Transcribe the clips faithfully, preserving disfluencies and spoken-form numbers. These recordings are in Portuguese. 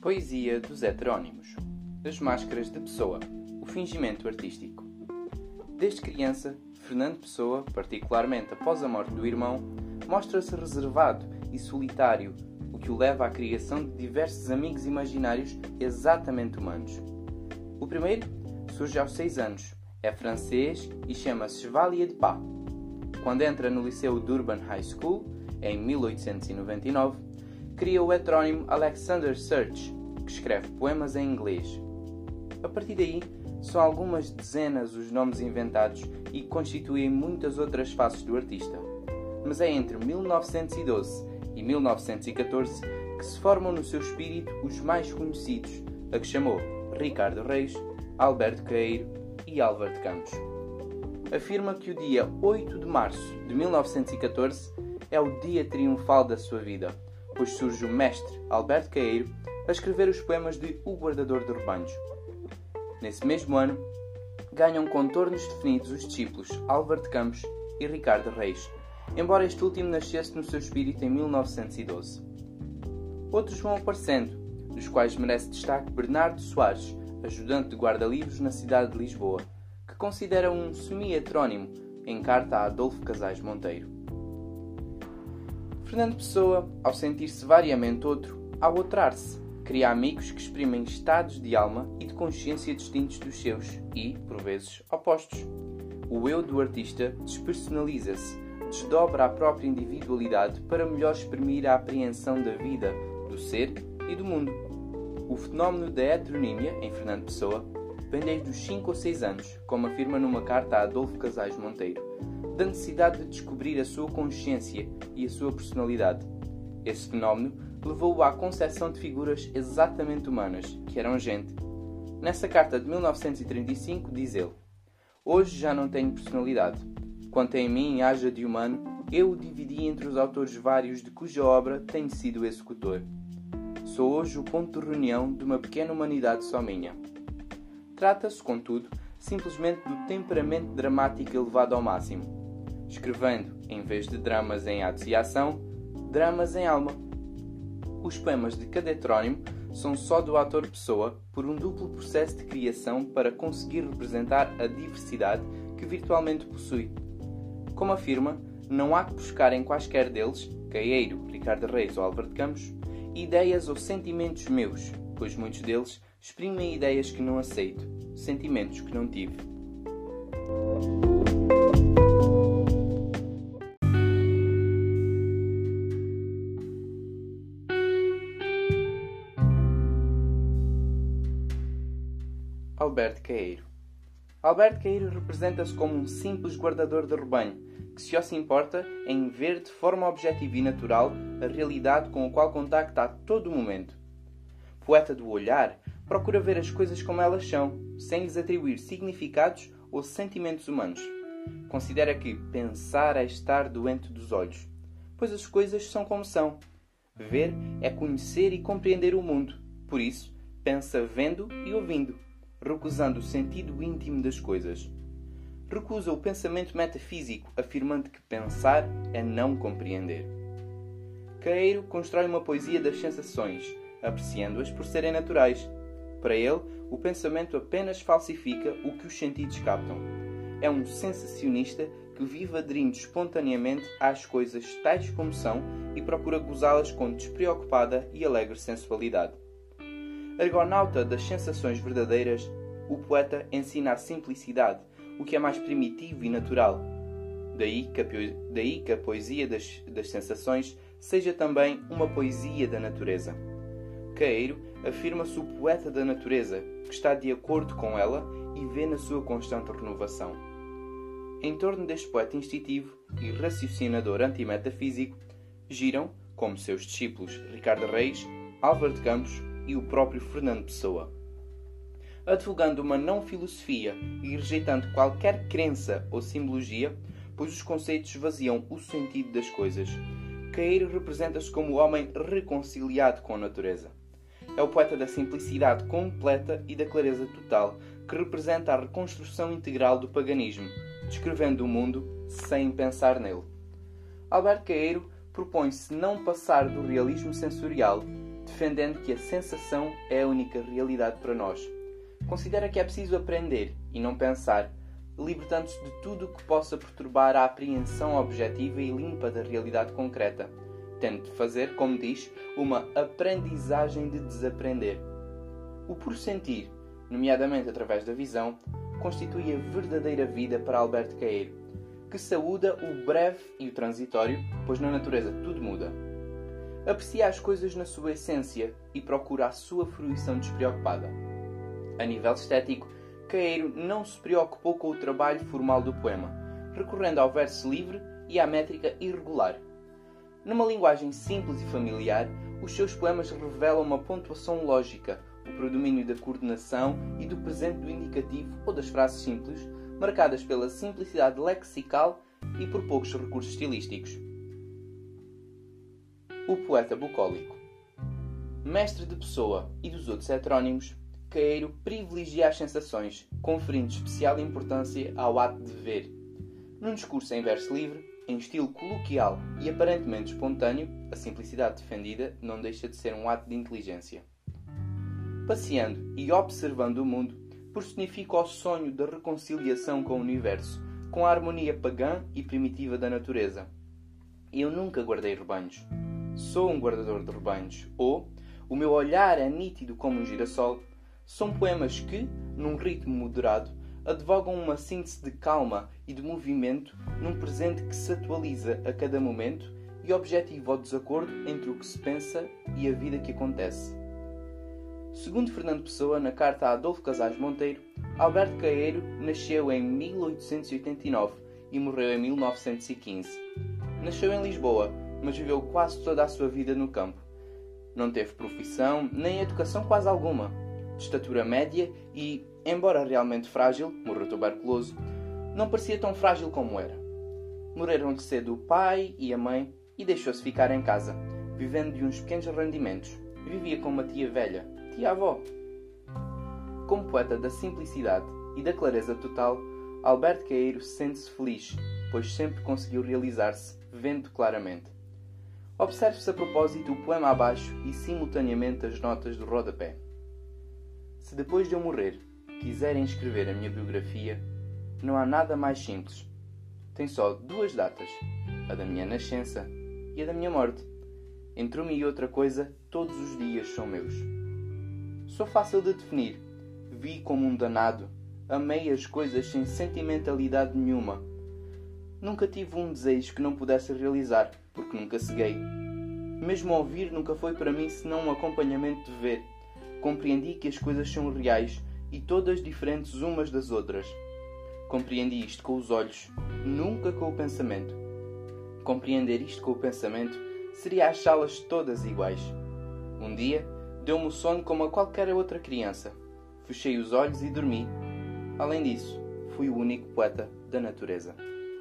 Poesia dos heterónimos. As máscaras de Pessoa. O fingimento artístico. Desde criança, Fernando Pessoa, particularmente após a morte do irmão, mostra-se reservado e solitário, o que o leva à criação de diversos amigos imaginários exatamente humanos. O primeiro surge aos seis anos, é francês e chama-se Chevalier de Pas. Quando entra no Liceu Durban High School, em mil oitocentos e noventa e nove, cria o heterónimo Alexander Search, que escreve poemas em inglês. A partir daí, são algumas dezenas os nomes inventados e constituem muitas outras faces do artista. Mas é entre mil novecentos e doze e mil novecentos e catorze que se formam no seu espírito os mais conhecidos, a que chamou Ricardo Reis, Alberto Queiro e Álvaro de Campos. Afirma que o dia oito de março de mil novecentos e catorze é o dia triunfal da sua vida, pois surge o mestre Alberto Queiro a escrever os poemas de O Guardador de Rebanhos. Nesse mesmo ano, ganham contornos definidos os discípulos Álvaro de Campos e Ricardo Reis, embora este último nascesse no seu espírito em mil novecentos e doze. Outros vão aparecendo, dos quais merece destaque Bernardo Soares, ajudante de guarda-livros na cidade de Lisboa, que considera um semi-heterónimo em carta a Adolfo Casais Monteiro. Fernando Pessoa, ao sentir-se variamente outro, ao outrar-se, cria amigos que exprimem estados de alma e de consciência distintos dos seus e, por vezes, opostos. O eu do artista despersonaliza-se, desdobra a própria individualidade para melhor exprimir a apreensão da vida, do ser e do mundo. O fenómeno da heteronímia, em Fernando Pessoa, vem desde os cinco ou seis anos, como afirma numa carta a Adolfo Casais Monteiro, da necessidade de descobrir a sua consciência e a sua personalidade. Esse fenómeno levou-o à concepção de figuras exatamente humanas, que eram gente. Nessa carta de mil novecentos e trinta e cinco diz ele: "Hoje já não tenho personalidade. Quanto em mim haja de humano, eu o dividi entre os autores vários de cuja obra tenho sido o executor. Sou hoje o ponto de reunião de uma pequena humanidade só minha." Trata-se, contudo, simplesmente do temperamento dramático elevado ao máximo, escrevendo, em vez de dramas em atos e ação, dramas em alma. Os poemas de cada heterónimo são só do autor Pessoa por um duplo processo de criação para conseguir representar a diversidade que virtualmente possui. Como afirma, não há que buscar em quaisquer deles, Queiro, Ricardo Reis ou Álvaro de Campos, ideias ou sentimentos meus, pois muitos deles exprimem ideias que não aceito, sentimentos que não tive. Alberto Queiro. Alberto Queiro representa-se como um simples guardador de rebanho, que só se importa em ver de forma objetiva e natural a realidade com a qual contacta a todo momento. Poeta do olhar, procura ver as coisas como elas são, sem lhes atribuir significados ou sentimentos humanos. Considera que pensar é estar doente dos olhos, pois as coisas são como são. Ver é conhecer e compreender o mundo, por isso pensa vendo e ouvindo, recusando o sentido íntimo das coisas. Recusa o pensamento metafísico, afirmando que pensar é não compreender. Queiro constrói uma poesia das sensações, apreciando-as por serem naturais. Para ele, o pensamento apenas falsifica o que os sentidos captam. É um sensacionista que vive aderindo espontaneamente às coisas tais como são e procura gozá-las com despreocupada e alegre sensualidade. Argonauta das sensações verdadeiras, o poeta ensina a simplicidade, o que é mais primitivo e natural. Daí que a, daí que a poesia das, das sensações seja também uma poesia da natureza. Queiro afirma-se o poeta da natureza, que está de acordo com ela e vê na sua constante renovação. Em torno deste poeta instintivo e raciocinador antimetafísico, giram, como seus discípulos Ricardo Reis, Álvaro de Campos e o próprio Fernando Pessoa. Advogando uma não-filosofia e rejeitando qualquer crença ou simbologia, pois os conceitos esvaziam o sentido das coisas, Queiro representa-se como o homem reconciliado com a natureza. É o poeta da simplicidade completa e da clareza total, que representa a reconstrução integral do paganismo, descrevendo o mundo sem pensar nele. Alberto Queiro propõe-se não passar do realismo sensorial, defendendo que a sensação é a única realidade para nós. Considera que é preciso aprender e não pensar, libertando-se de tudo o que possa perturbar a apreensão objetiva e limpa da realidade concreta, tendo de fazer, como diz, uma aprendizagem de desaprender. O puro sentir, nomeadamente através da visão, constitui a verdadeira vida para Alberto Queiro, que saúda o breve e o transitório, pois na natureza tudo muda. Aprecia as coisas na sua essência e procura a sua fruição despreocupada. A nível estético, Queiro não se preocupou com o trabalho formal do poema, recorrendo ao verso livre e à métrica irregular. Numa linguagem simples e familiar, os seus poemas revelam uma pontuação lógica, o predomínio da coordenação e do presente do indicativo ou das frases simples, marcadas pela simplicidade lexical e por poucos recursos estilísticos. O poeta bucólico. Mestre de Pessoa e dos outros heterónimos, Queiro privilegia as sensações, conferindo especial importância ao ato de ver. Num discurso em verso livre, em estilo coloquial e aparentemente espontâneo, a simplicidade defendida não deixa de ser um ato de inteligência. Passeando e observando o mundo, personifica o sonho da reconciliação com o universo, com a harmonia pagã e primitiva da natureza. Eu nunca guardei rebanhos. Sou um guardador de rebanhos. Ou, o meu olhar é nítido como um girassol. São poemas que, num ritmo moderado, advogam uma síntese de calma e de movimento num presente que se atualiza a cada momento e objetiva o desacordo entre o que se pensa e a vida que acontece. Segundo Fernando Pessoa, na carta a Adolfo Casais Monteiro, Alberto Queiro nasceu em mil oitocentos e oitenta e nove e morreu em mil novecentos e quinze. Nasceu em Lisboa, mas viveu quase toda a sua vida no campo. Não teve profissão, nem educação quase alguma. De estatura média e, embora realmente frágil, morreu tuberculoso, não parecia tão frágil como era. Morreram-lhe cedo o pai e a mãe e deixou-se ficar em casa, vivendo de uns pequenos rendimentos. Vivia com uma tia velha, tia-avó. Como poeta da simplicidade e da clareza total, Alberto Queiro sente-se feliz, pois sempre conseguiu realizar-se, vendo claramente. Observe-se a propósito o poema abaixo e simultaneamente as notas do rodapé. Se depois de eu morrer quiserem escrever a minha biografia, não há nada mais simples. Tem só duas datas, a da minha nascença e a da minha morte. Entre uma e outra coisa, todos os dias são meus. Sou fácil de definir. Vi como um danado. Amei as coisas sem sentimentalidade nenhuma. Nunca tive um desejo que não pudesse realizar, porque nunca ceguei. Mesmo ouvir nunca foi para mim senão um acompanhamento de ver. Compreendi que as coisas são reais e todas diferentes umas das outras. Compreendi isto com os olhos, nunca com o pensamento. Compreender isto com o pensamento seria achá-las todas iguais. Um dia, deu-me o sono como a qualquer outra criança. Fechei os olhos e dormi. Além disso, fui o único poeta da natureza.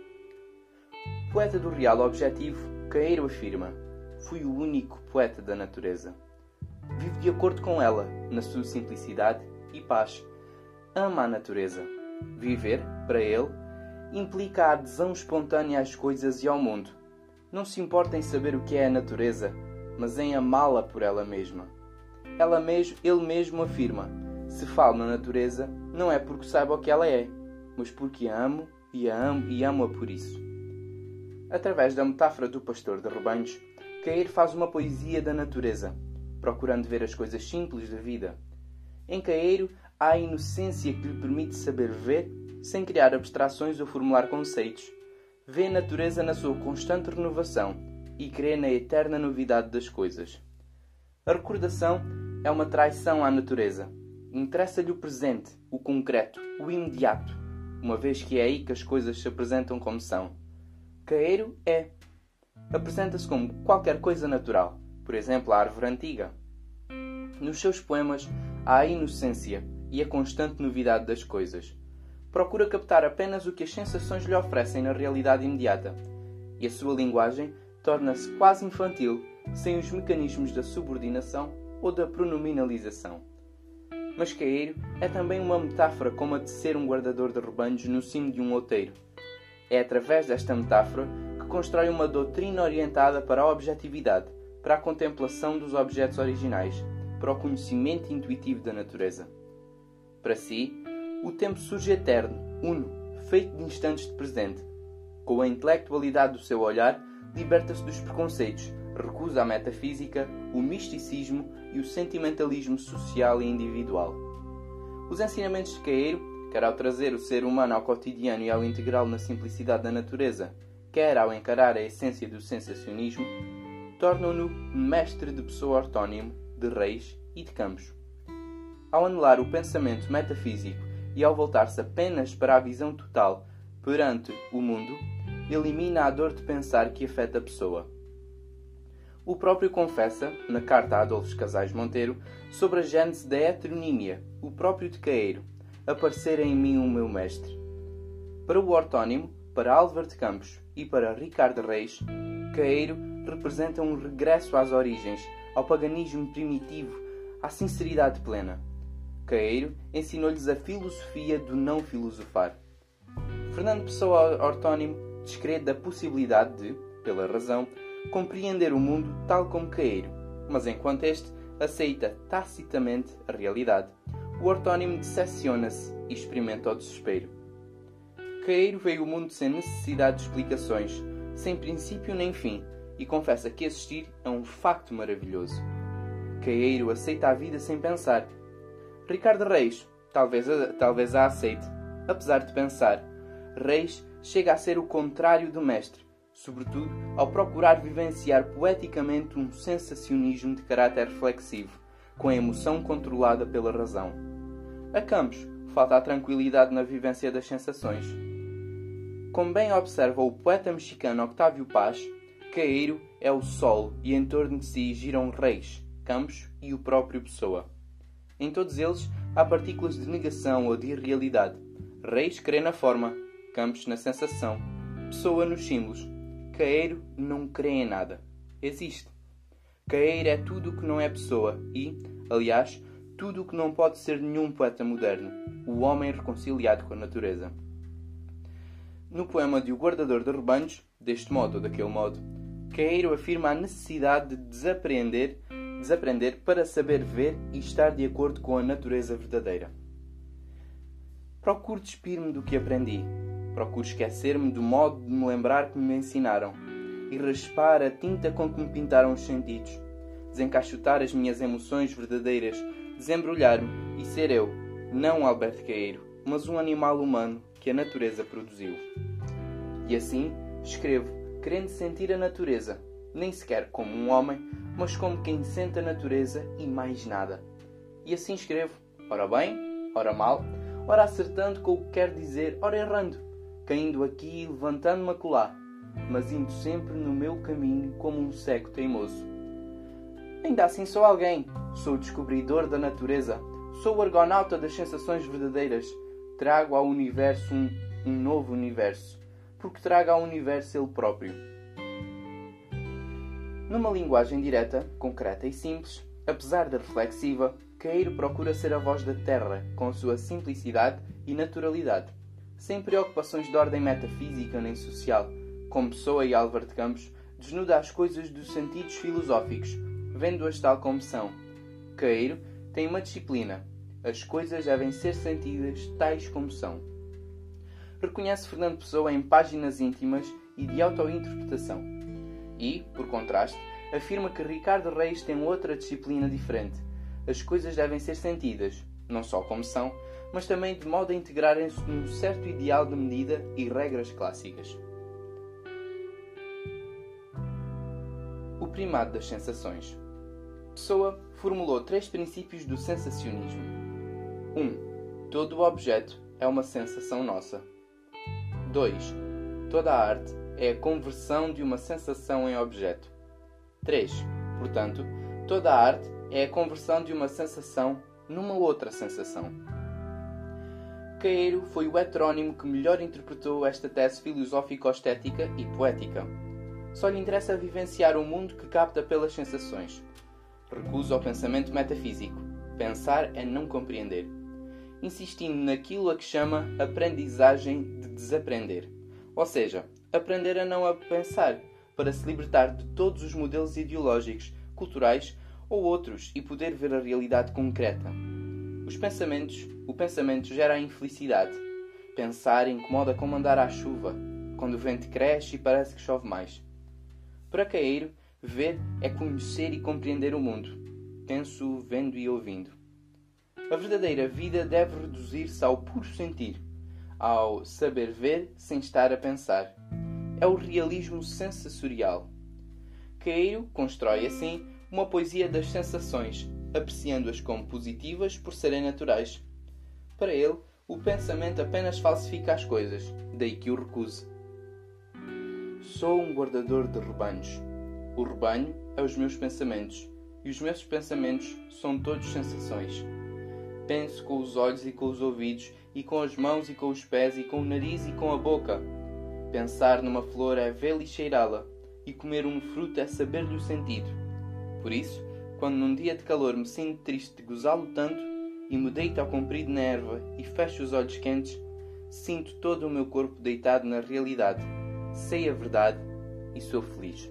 Poeta do real objetivo, Queiro afirma: fui o único poeta da natureza. Vive de acordo com ela, na sua simplicidade e paz. Ama a natureza. Viver, para ele, implica a adesão espontânea às coisas e ao mundo. Não se importa em saber o que é a natureza, mas em amá-la por ela mesma. Ela mesmo, ele mesmo afirma: se falo na natureza, não é porque saiba o que ela é, mas porque a amo e a amo e amo-a por isso. Através da metáfora do pastor de rebanhos, Queiro faz uma poesia da natureza, procurando ver as coisas simples da vida. Em Queiro há a inocência que lhe permite saber ver, sem criar abstrações ou formular conceitos. Vê a natureza na sua constante renovação e crê na eterna novidade das coisas. A recordação é uma traição à natureza. Interessa-lhe o presente, o concreto, o imediato, uma vez que é aí que as coisas se apresentam como são. Queiro é. Apresenta-se como qualquer coisa natural, por exemplo, a árvore antiga. Nos seus poemas há a inocência e a constante novidade das coisas. Procura captar apenas o que as sensações lhe oferecem na realidade imediata, e a sua linguagem torna-se quase infantil, sem os mecanismos da subordinação ou da pronominalização. Mas Queiro é também uma metáfora como a de ser um guardador de rebanhos no cimo de um outeiro. É através desta metáfora que constrói uma doutrina orientada para a objetividade, para a contemplação dos objetos originais, para o conhecimento intuitivo da natureza. Para si, o tempo surge eterno, uno, feito de instantes de presente. Com a intelectualidade do seu olhar, liberta-se dos preconceitos, recusa a metafísica, o misticismo e o sentimentalismo social e individual. Os ensinamentos de Queiro, quer ao trazer o ser humano ao cotidiano e ao integrá-lo na simplicidade da natureza, quer ao encarar a essência do sensacionismo, tornam-no mestre de pessoa ortónimo, de reis e de campos. Ao anular o pensamento metafísico e ao voltar-se apenas para a visão total perante o mundo, elimina a dor de pensar que afeta a pessoa. O próprio confessa, na carta a Adolfo Casais Monteiro, sobre a gênese da heteronímia, o próprio de Queiro, aparecer em mim o meu mestre. Para o ortónimo, para Álvaro de Campos e para Ricardo Reis, Queiro representa um regresso às origens, ao paganismo primitivo, à sinceridade plena. Queiro ensinou-lhes a filosofia do não filosofar. Fernando Pessoa ortónimo descreve da possibilidade de, pela razão, compreender o mundo tal como Queiro, mas enquanto este aceita tacitamente a realidade, o ortónimo decepciona-se e experimenta o desespero. Queiro vê o mundo sem necessidade de explicações, sem princípio nem fim, e confessa que existir é um facto maravilhoso. Queiro aceita a vida sem pensar. Ricardo Reis talvez a, talvez a aceite, apesar de pensar. Reis chega a ser o contrário do mestre, sobretudo ao procurar vivenciar poeticamente um sensacionismo de caráter reflexivo, com a emoção controlada pela razão. A Campos falta a tranquilidade na vivência das sensações. Como bem observa o poeta mexicano Octávio Paz, Queiro é o sol e em torno de si giram Reis, Campos e o próprio Pessoa. Em todos eles há partículas de negação ou de irrealidade. Reis crê na forma, Campos na sensação, Pessoa nos símbolos. Queiro não crê em nada. Existe. Queiro é tudo o que não é pessoa e, aliás, tudo o que não pode ser nenhum poeta moderno, o homem reconciliado com a natureza. No poema de O Guardador de Rebanhos, deste modo ou daquele modo, Queiro afirma a necessidade de desaprender, desaprender para saber ver e estar de acordo com a natureza verdadeira. Procuro despir-me do que aprendi. Procuro esquecer-me do modo de me lembrar que me ensinaram e raspar a tinta com que me pintaram os sentidos, desencaixotar as minhas emoções verdadeiras, desembrulhar-me e ser eu, não Alberto Queiro, mas um animal humano que a natureza produziu. E assim escrevo, querendo sentir a natureza, nem sequer como um homem, mas como quem sente a natureza e mais nada. E assim escrevo, ora bem, ora mal, ora acertando com o que quer dizer, ora errando, caindo aqui e levantando-me acolá, mas indo sempre no meu caminho como um cego teimoso. Ainda assim sou alguém, sou o descobridor da natureza, sou o argonauta das sensações verdadeiras, trago ao universo um, um novo universo, porque trago ao universo ele próprio. Numa linguagem direta, concreta e simples, apesar de reflexiva, Queiro procura ser a voz da terra, com a sua simplicidade e naturalidade, sem preocupações de ordem metafísica nem social. Como Pessoa e Álvaro de Campos, desnuda as coisas dos sentidos filosóficos, vendo-as tal como são. Queiro tem uma disciplina. As coisas devem ser sentidas tais como são. Reconhece Fernando Pessoa em páginas íntimas e de autointerpretação. E, por contraste, afirma que Ricardo Reis tem outra disciplina diferente. As coisas devem ser sentidas, não só como são, mas também de modo a integrarem-se num certo ideal de medida e regras clássicas. O primado das sensações. Pessoa formulou três princípios do sensacionismo. um. Todo o objeto é uma sensação nossa. dois. Toda a arte é a conversão de uma sensação em objeto. três. Portanto, toda a arte é a conversão de uma sensação numa outra sensação. Queiro foi o heterónimo que melhor interpretou esta tese filosófico-estética e poética. Só lhe interessa vivenciar o mundo que capta pelas sensações. Recusa o pensamento metafísico. Pensar é não compreender. Insistindo naquilo a que chama aprendizagem de desaprender. Ou seja, aprender a não a pensar, para se libertar de todos os modelos ideológicos, culturais ou outros e poder ver a realidade concreta. Os pensamentos, o pensamento gera a infelicidade. Pensar incomoda como andar à chuva, quando o vento cresce e parece que chove mais. Para Caeiro, ver é conhecer e compreender o mundo. Penso vendo e ouvindo. A verdadeira vida deve reduzir-se ao puro sentir, ao saber ver sem estar a pensar. É o realismo sensorial. Caeiro constrói, assim, uma poesia das sensações, apreciando-as como positivas por serem naturais. Para ele, o pensamento apenas falsifica as coisas, daí que o recuse. Sou um guardador de rebanhos. O rebanho é os meus pensamentos, e os meus pensamentos são todos sensações. Penso com os olhos e com os ouvidos, e com as mãos e com os pés, e com o nariz e com a boca. Pensar numa flor é vê-la e cheirá-la, e comer um fruto é saber-lhe o sentido. Por isso, quando num dia de calor me sinto triste de gozá-lo tanto, e me deito ao comprido na erva e fecho os olhos quentes, sinto todo o meu corpo deitado na realidade. Sei a verdade e sou feliz.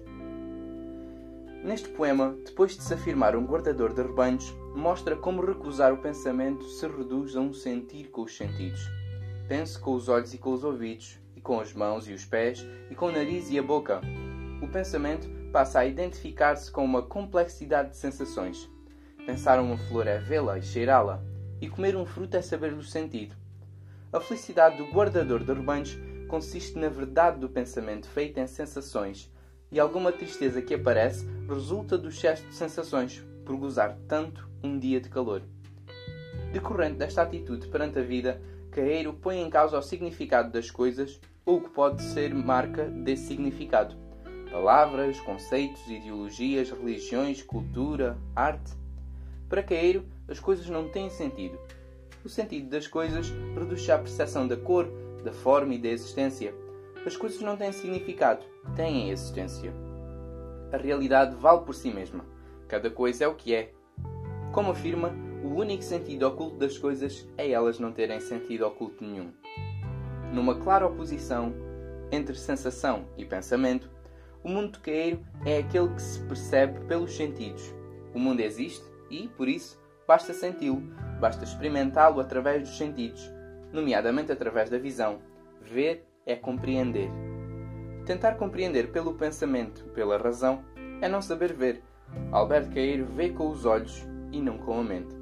Neste poema, depois de se afirmar um guardador de rebanhos, mostra como recusar o pensamento se reduz a um sentir com os sentidos. Penso com os olhos e com os ouvidos, e com as mãos e os pés, e com o nariz e a boca. O pensamento passa a identificar-se com uma complexidade de sensações. Pensar uma flor é vê-la e cheirá-la, e comer um fruto é saber-lhe o sentido. A felicidade do guardador de rebanhos consiste na verdade do pensamento feito em sensações, e alguma tristeza que aparece resulta do excesso de sensações, por gozar tanto um dia de calor. Decorrente desta atitude perante a vida, Caeiro põe em causa o significado das coisas ou o que pode ser marca desse significado. Palavras, conceitos, ideologias, religiões, cultura, arte. Para Caeiro, as coisas não têm sentido. O sentido das coisas reduz-se à percepção da cor, da forma e da existência. As coisas não têm significado, têm existência. A realidade vale por si mesma. Cada coisa é o que é. Como afirma, o único sentido oculto das coisas é elas não terem sentido oculto nenhum. Numa clara oposição entre sensação e pensamento, o mundo de Caeiro é aquele que se percebe pelos sentidos. O mundo existe e, por isso, basta senti-lo, basta experimentá-lo através dos sentidos, nomeadamente através da visão. Ver é compreender. Tentar compreender pelo pensamento, pela razão, é não saber ver. Alberto Caeiro vê com os olhos e não com a mente.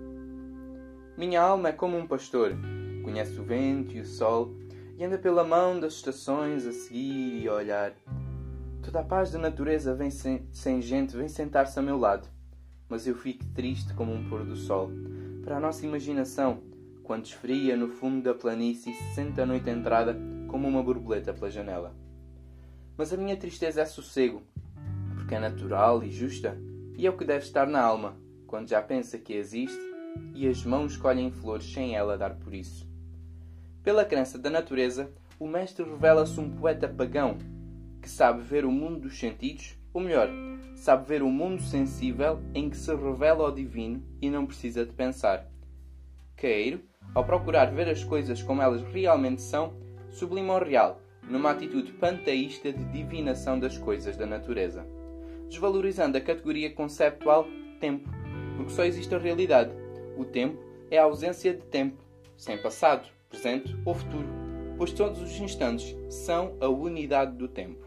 Minha alma é como um pastor, conhece o vento e o sol e anda pela mão das estações a seguir e a olhar. Toda a paz da natureza vem sem, sem gente vem sentar-se a meu lado, mas eu fico triste como um pôr do sol. Para a nossa imaginação, quando esfria no fundo da planície e se sente a noite entrada como uma borboleta pela janela. Mas a minha tristeza é sossego, porque é natural e justa, e é o que deve estar na alma, quando já pensa que existe, e as mãos colhem flores sem ela dar por isso. Pela crença da natureza, o mestre revela-se um poeta pagão, que sabe ver o mundo dos sentidos, ou melhor, sabe ver o mundo sensível em que se revela o divino e não precisa de pensar. Caeiro, ao procurar ver as coisas como elas realmente são, sublima o real, numa atitude panteísta de divinação das coisas da natureza, desvalorizando a categoria conceptual tempo, porque só existe a realidade. O tempo é a ausência de tempo, sem passado, presente ou futuro, pois todos os instantes são a unidade do tempo.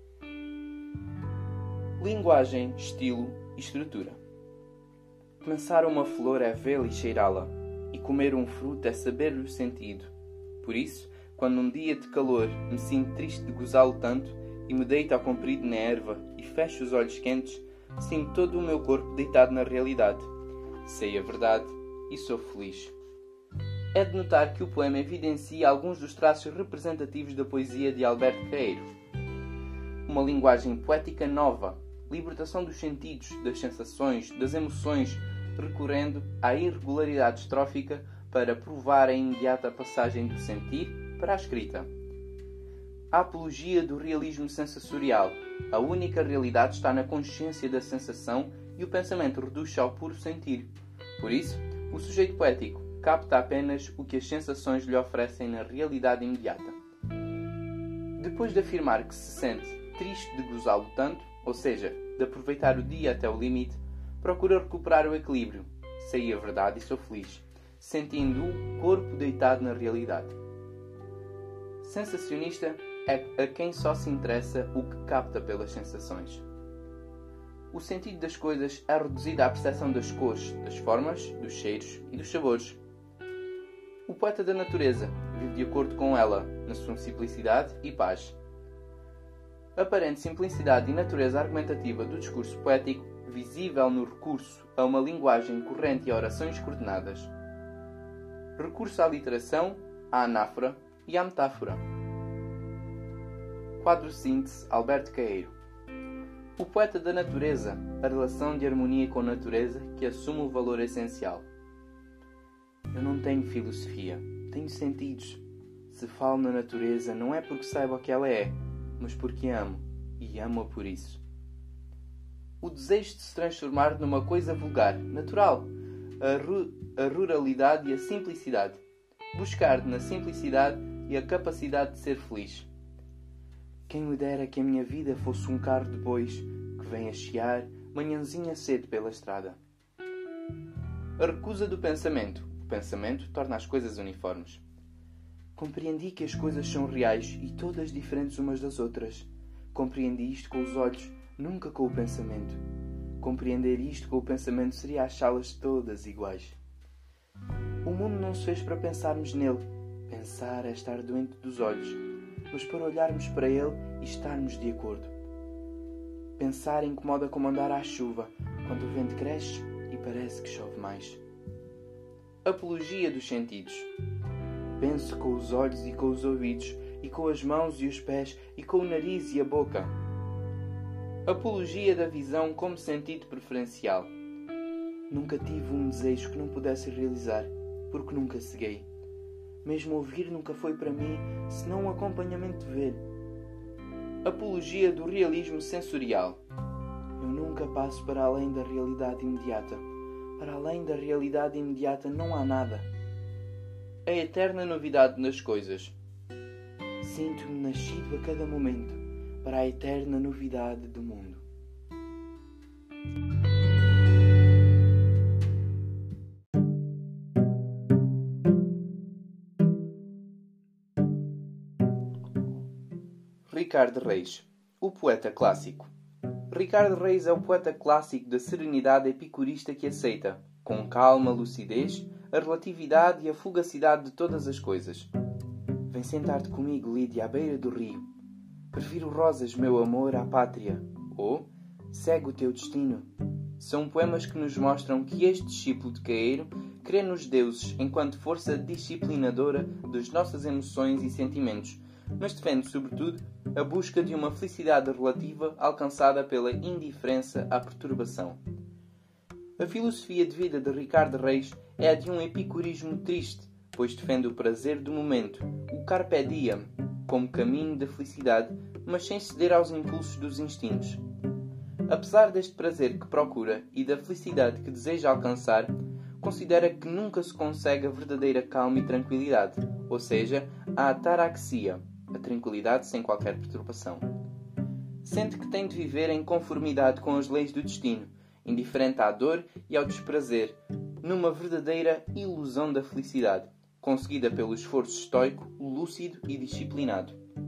Linguagem, estilo e estrutura. Pensar uma flor é vê-la e cheirá-la, e comer um fruto é saber-lhe o sentido. Por isso, quando num dia de calor me sinto triste de gozá-lo tanto, e me deito ao comprido na erva e fecho os olhos quentes, sinto todo o meu corpo deitado na realidade. Sei a verdade e sou feliz. É de notar que o poema evidencia alguns dos traços representativos da poesia de Alberto Caeiro. Uma linguagem poética nova, libertação dos sentidos, das sensações, das emoções, recorrendo à irregularidade estrófica para provar a imediata passagem do sentir para a escrita. A apologia do realismo sensorial. A única realidade está na consciência da sensação e o pensamento reduz-se ao puro sentir. Por isso, o sujeito poético capta apenas o que as sensações lhe oferecem na realidade imediata. Depois de afirmar que se sente triste de gozá-lo tanto, ou seja, de aproveitar o dia até o limite, procura recuperar o equilíbrio. Sei a verdade e sou feliz, sentindo o corpo deitado na realidade. Sensacionista é a quem só se interessa o que capta pelas sensações. O sentido das coisas é reduzido à percepção das cores, das formas, dos cheiros e dos sabores. O poeta da natureza vive de acordo com ela, na sua simplicidade e paz. A aparente simplicidade e natureza argumentativa do discurso poético, visível no recurso a uma linguagem corrente e a orações coordenadas. Recurso à literação, à anáfora e à metáfora. Quadro síntese Alberto Queiro. O poeta da natureza, a relação de harmonia com a natureza que assume o valor essencial. Eu não tenho filosofia, tenho sentidos. Se falo na natureza não é porque saiba o que ela é, mas porque amo, e amo-a por isso. O desejo de se transformar numa coisa vulgar, natural, a, ru a ruralidade e a simplicidade. Buscar na simplicidade e a capacidade de ser feliz. Quem me dera que a minha vida fosse um carro de bois que vem a chiar manhãzinha cedo pela estrada. A recusa do pensamento. O pensamento torna as coisas uniformes. Compreendi que as coisas são reais e todas diferentes umas das outras. Compreendi isto com os olhos, nunca com o pensamento. Compreender isto com o pensamento seria achá-las todas iguais. O mundo não se fez para pensarmos nele. Pensar é estar doente dos olhos, mas para olharmos para ele e estarmos de acordo. Pensar incomoda como andar à chuva, quando o vento cresce e parece que chove mais. Apologia dos sentidos. Penso com os olhos e com os ouvidos, e com as mãos e os pés, e com o nariz e a boca. Apologia da visão como sentido preferencial. Nunca tive um desejo que não pudesse realizar, porque nunca ceguei. Mesmo ouvir nunca foi para mim, senão um acompanhamento de ver. Apologia do realismo sensorial. Eu nunca passo para além da realidade imediata. Para além da realidade imediata não há nada. A eterna novidade nas coisas. Sinto-me nascido a cada momento para a eterna novidade do mundo. Ricardo Reis, o poeta clássico. Ricardo Reis é o poeta clássico da serenidade epicurista que aceita, com calma, lucidez, a relatividade e a fugacidade de todas as coisas. Vem sentar-te comigo, Lídia, à beira do rio. Prefiro rosas, meu amor, à pátria. Ou, segue o teu destino. São poemas que nos mostram que este discípulo de Queiro crê nos deuses enquanto força disciplinadora das nossas emoções e sentimentos, mas defende, sobretudo, a busca de uma felicidade relativa alcançada pela indiferença à perturbação. A filosofia de vida de Ricardo Reis é a de um epicurismo triste, pois defende o prazer do momento, o carpe diem, como caminho da felicidade, mas sem ceder aos impulsos dos instintos. Apesar deste prazer que procura e da felicidade que deseja alcançar, considera que nunca se consegue a verdadeira calma e tranquilidade, ou seja, a ataraxia, a tranquilidade sem qualquer perturbação. Sente que tem de viver em conformidade com as leis do destino, indiferente à dor e ao desprazer, numa verdadeira ilusão da felicidade, conseguida pelo esforço estoico, lúcido e disciplinado.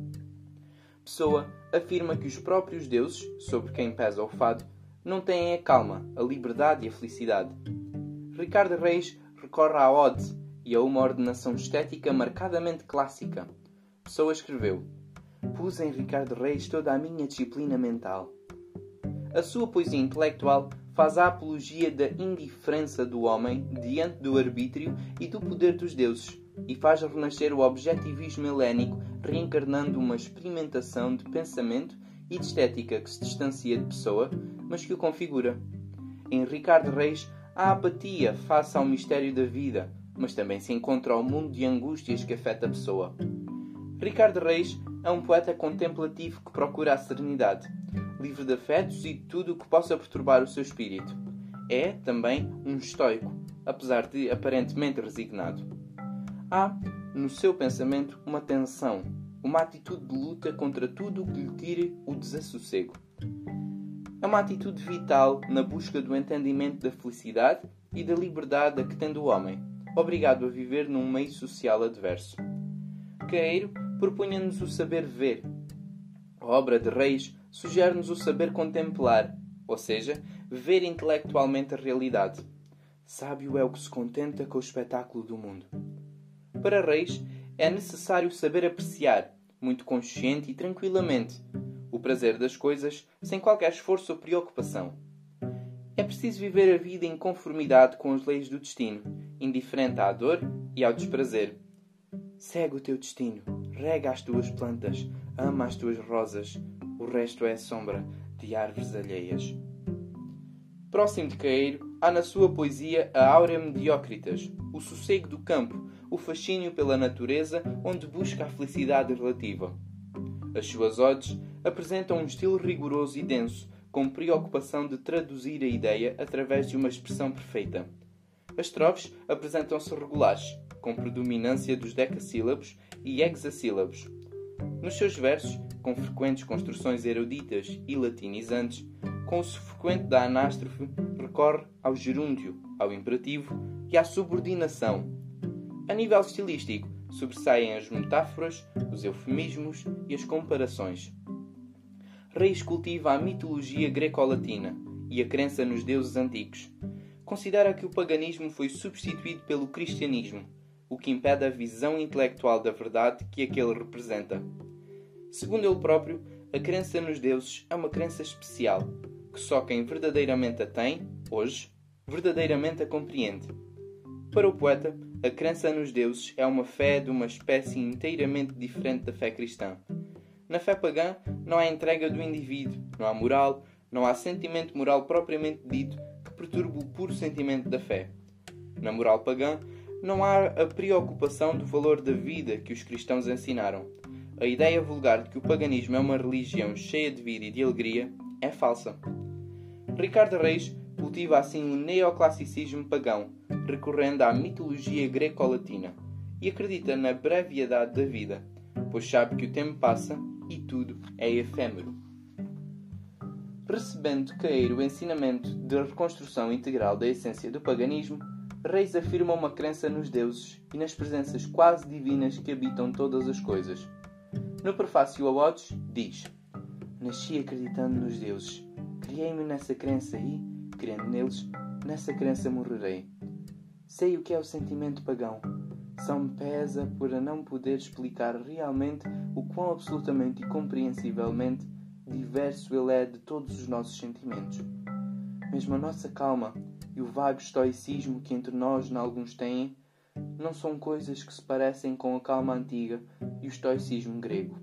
Pessoa afirma que os próprios deuses, sobre quem pesa o fado, não têm a calma, a liberdade e a felicidade. Ricardo Reis recorre à ode e a uma ordenação estética marcadamente clássica. Pessoa escreveu: pus em Ricardo Reis toda a minha disciplina mental. A sua poesia intelectual faz a apologia da indiferença do homem diante do arbítrio e do poder dos deuses, e faz renascer o objetivismo helénico, reencarnando uma experimentação de pensamento e de estética que se distancia de Pessoa, mas que o configura. Em Ricardo Reis há apatia face ao mistério da vida, mas também se encontra o mundo de angústias que afeta a Pessoa. Ricardo Reis é um poeta contemplativo que procura a serenidade, livre de afetos e de tudo o que possa perturbar o seu espírito. É, também, um estoico, apesar de aparentemente resignado. Há, no seu pensamento, uma tensão, uma atitude de luta contra tudo o que lhe tire o desassossego. É uma atitude vital na busca do entendimento da felicidade e da liberdade a que tende o homem, obrigado a viver num meio social adverso. Queiro propunha-nos o saber ver. A obra de Reis sugere-nos o saber contemplar, ou seja, ver intelectualmente a realidade. Sábio é o que se contenta com o espetáculo do mundo. Para Reis, é necessário saber apreciar, muito consciente e tranquilamente, o prazer das coisas sem qualquer esforço ou preocupação. É preciso viver a vida em conformidade com as leis do destino, indiferente à dor e ao desprazer. Segue o teu destino, rega as tuas plantas, ama as tuas rosas, o resto é sombra de árvores alheias. Próximo de Queiro, há na sua poesia a áurea mediócritas, o sossego do campo, o fascínio pela natureza, onde busca a felicidade relativa. As suas odes apresentam um estilo rigoroso e denso, com preocupação de traduzir a ideia através de uma expressão perfeita. As estrofes apresentam-se regulares, com predominância dos decassílabos e hexassílabos. Nos seus versos, com frequentes construções eruditas e latinizantes, com o uso frequente da anástrofe, recorre ao gerúndio, ao imperativo e à subordinação. A nível estilístico, sobressaem as metáforas, os eufemismos e as comparações. Reis cultiva a mitologia greco-latina e a crença nos deuses antigos. Considera que o paganismo foi substituído pelo cristianismo, o que impede a visão intelectual da verdade que aquele representa. Segundo ele próprio, a crença nos deuses é uma crença especial, que só quem verdadeiramente a tem, hoje, verdadeiramente a compreende. Para o poeta, a crença nos deuses é uma fé de uma espécie inteiramente diferente da fé cristã. Na fé pagã não há entrega do indivíduo, não há moral, não há sentimento moral propriamente dito que perturbe o puro sentimento da fé. Na moral pagã não há a preocupação do valor da vida que os cristãos ensinaram. A ideia vulgar de que o paganismo é uma religião cheia de vida e de alegria é falsa. Ricardo Reis cultiva assim o neoclassicismo pagão, recorrendo à mitologia greco-latina, e acredita na brevidade da vida, pois sabe que o tempo passa e tudo é efêmero. Recebendo de Queiro o ensinamento da reconstrução integral da essência do paganismo, Reis afirma uma crença nos deuses e nas presenças quase divinas que habitam todas as coisas. No prefácio a Odes, diz: Nasci acreditando nos deuses, criei-me nessa crença e, crendo neles, nessa crença morrerei. Sei o que é o sentimento pagão. Só me pesa por a não poder explicar realmente o quão absolutamente e compreensivelmente diverso ele é de todos os nossos sentimentos. Mesmo a nossa calma e o vago estoicismo que entre nós alguns têm, não são coisas que se parecem com a calma antiga e o estoicismo grego.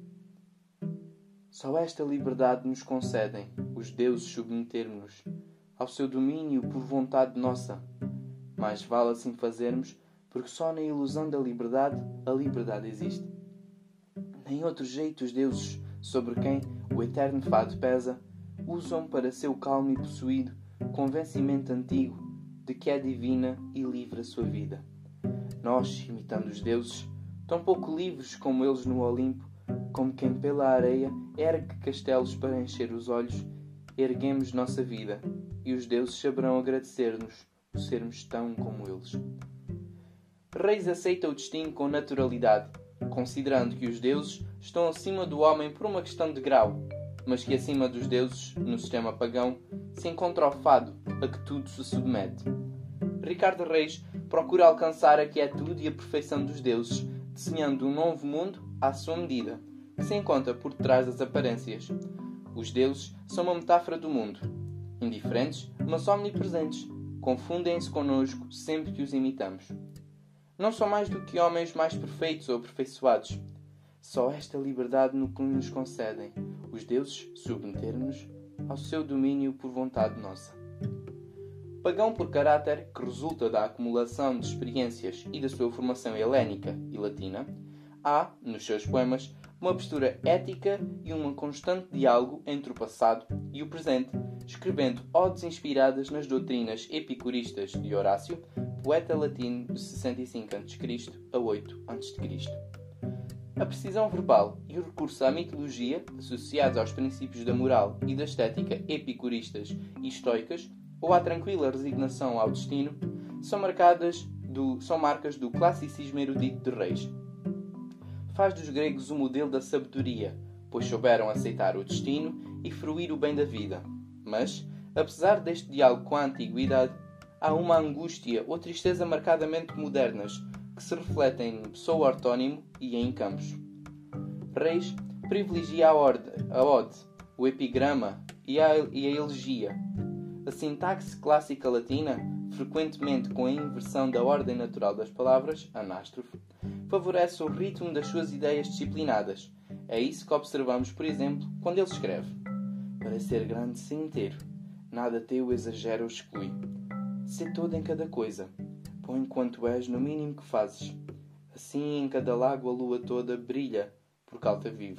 Só esta liberdade nos concedem os deuses submeter-nos ao seu domínio por vontade nossa. Mais vale assim fazermos, porque só na ilusão da liberdade a liberdade existe. Nem outro jeito os deuses, sobre quem o eterno fado pesa, usam para seu calmo e possuído convencimento antigo de que é divina e livre a sua vida. Nós, imitando os deuses, tão pouco livres como eles no Olimpo, como quem pela areia ergue castelos para encher os olhos, erguemos nossa vida, e os deuses saberão agradecer-nos por sermos tão como eles. Reis aceita o destino com naturalidade, considerando que os deuses estão acima do homem por uma questão de grau, mas que acima dos deuses, no sistema pagão, se encontra o fado, a que tudo se submete. Ricardo Reis procura alcançar a quietude e a perfeição dos deuses, desenhando um novo mundo à sua medida, que se encontra por trás das aparências. Os deuses são uma metáfora do mundo, indiferentes, mas omnipresentes, confundem-se connosco sempre que os imitamos. Não são mais do que homens mais perfeitos ou aperfeiçoados. Só esta liberdade no que nos concedem os deuses submeter-nos ao seu domínio por vontade nossa. Pagão por caráter, que resulta da acumulação de experiências e da sua formação helénica e latina, há, nos seus poemas, uma postura ética e um constante diálogo entre o passado e o presente, escrevendo odes inspiradas nas doutrinas epicuristas de Horácio, poeta latino de sessenta e cinco antes de Cristo a oito antes de Cristo. A precisão verbal e o recurso à mitologia, associados aos princípios da moral e da estética epicuristas e estoicas, ou à tranquila resignação ao destino, são, marcadas do, são marcas do classicismo erudito de Reis. Faz dos gregos o modelo da sabedoria, pois souberam aceitar o destino e fruir o bem da vida. Mas, apesar deste diálogo com a antiguidade, há uma angústia ou tristeza marcadamente modernas, que se refletem em pseudo-ortónimo e em campos. Reis privilegia a, orde, a ode, o epigrama e a, e a elegia. A sintaxe clássica latina, frequentemente com a inversão da ordem natural das palavras, anástrofe, favorece o ritmo das suas ideias disciplinadas. É isso que observamos, por exemplo, quando ele escreve: para ser grande se inteiro, nada teu exagera ou exclui. Sê todo em cada coisa, põe quanto és no mínimo que fazes. Assim em cada lago a lua toda brilha, porque alta vive.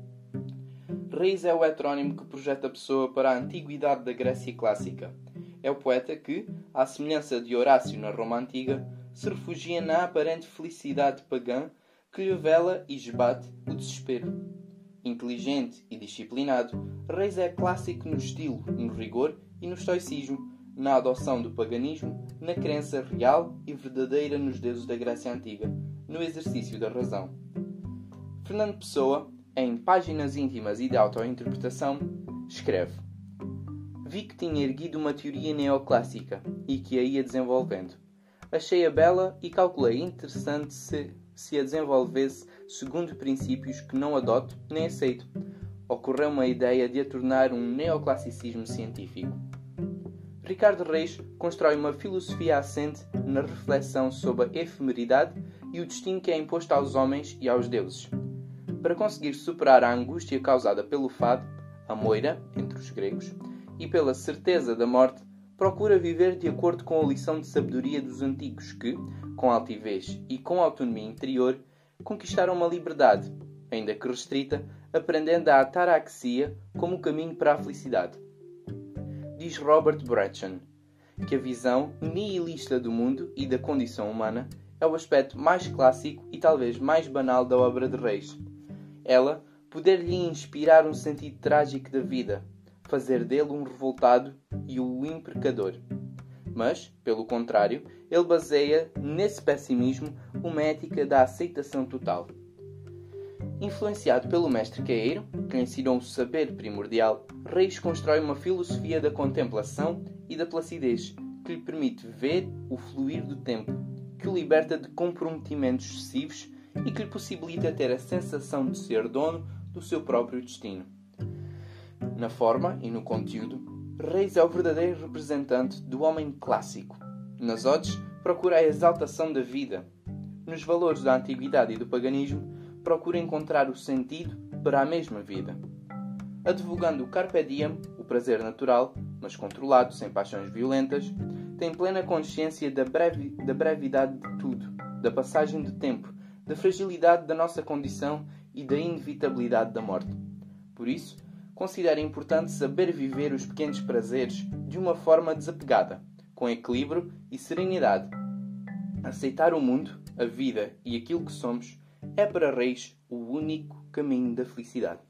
Reis é o heterónimo que projeta a pessoa para a antiguidade da Grécia clássica. É o poeta que, à semelhança de Horácio na Roma antiga, se refugia na aparente felicidade pagã que lhe vela e esbate o desespero. Inteligente e disciplinado, Reis é clássico no estilo, no rigor e no estoicismo, na adoção do paganismo, na crença real e verdadeira nos deuses da Grécia Antiga, no exercício da razão. Fernando Pessoa, em Páginas Íntimas e de Autointerpretação, escreve: vi que tinha erguido uma teoria neoclássica e que a ia desenvolvendo. Achei-a bela e calculei interessante se, se a desenvolvesse segundo princípios que não adoto nem aceito. Ocorreu-me a ideia de a tornar um neoclassicismo científico. Ricardo Reis constrói uma filosofia assente na reflexão sobre a efemeridade e o destino que é imposto aos homens e aos deuses. Para conseguir superar a angústia causada pelo fado, a moira, entre os gregos, e pela certeza da morte, procura viver de acordo com a lição de sabedoria dos antigos que, com altivez e com autonomia interior, conquistaram uma liberdade, ainda que restrita, aprendendo a ataraxia como o caminho para a felicidade. Diz Robert Bretchen que a visão nihilista do mundo e da condição humana é o aspecto mais clássico e talvez mais banal da obra de Reis. Ela poder-lhe inspirar um sentido trágico da vida, fazer dele um revoltado e o imprecador. Mas, pelo contrário, ele baseia nesse pessimismo uma ética da aceitação total. Influenciado pelo mestre Queiro, que lhe ensinou o saber primordial, Reis constrói uma filosofia da contemplação e da placidez, que lhe permite ver o fluir do tempo, que o liberta de comprometimentos excessivos e que lhe possibilita ter a sensação de ser dono do seu próprio destino. Na forma e no conteúdo, Reis é o verdadeiro representante do homem clássico. Nas odes, procura a exaltação da vida. Nos valores da antiguidade e do paganismo, procura encontrar o sentido para a mesma vida. Advogando o carpe diem, o prazer natural, mas controlado, sem paixões violentas, tem plena consciência da, brevi, da brevidade de tudo, da passagem do tempo, da fragilidade da nossa condição e da inevitabilidade da morte. Por isso, considera importante saber viver os pequenos prazeres de uma forma desapegada, com equilíbrio e serenidade. Aceitar o mundo, a vida e aquilo que somos é para Reis o único caminho da felicidade.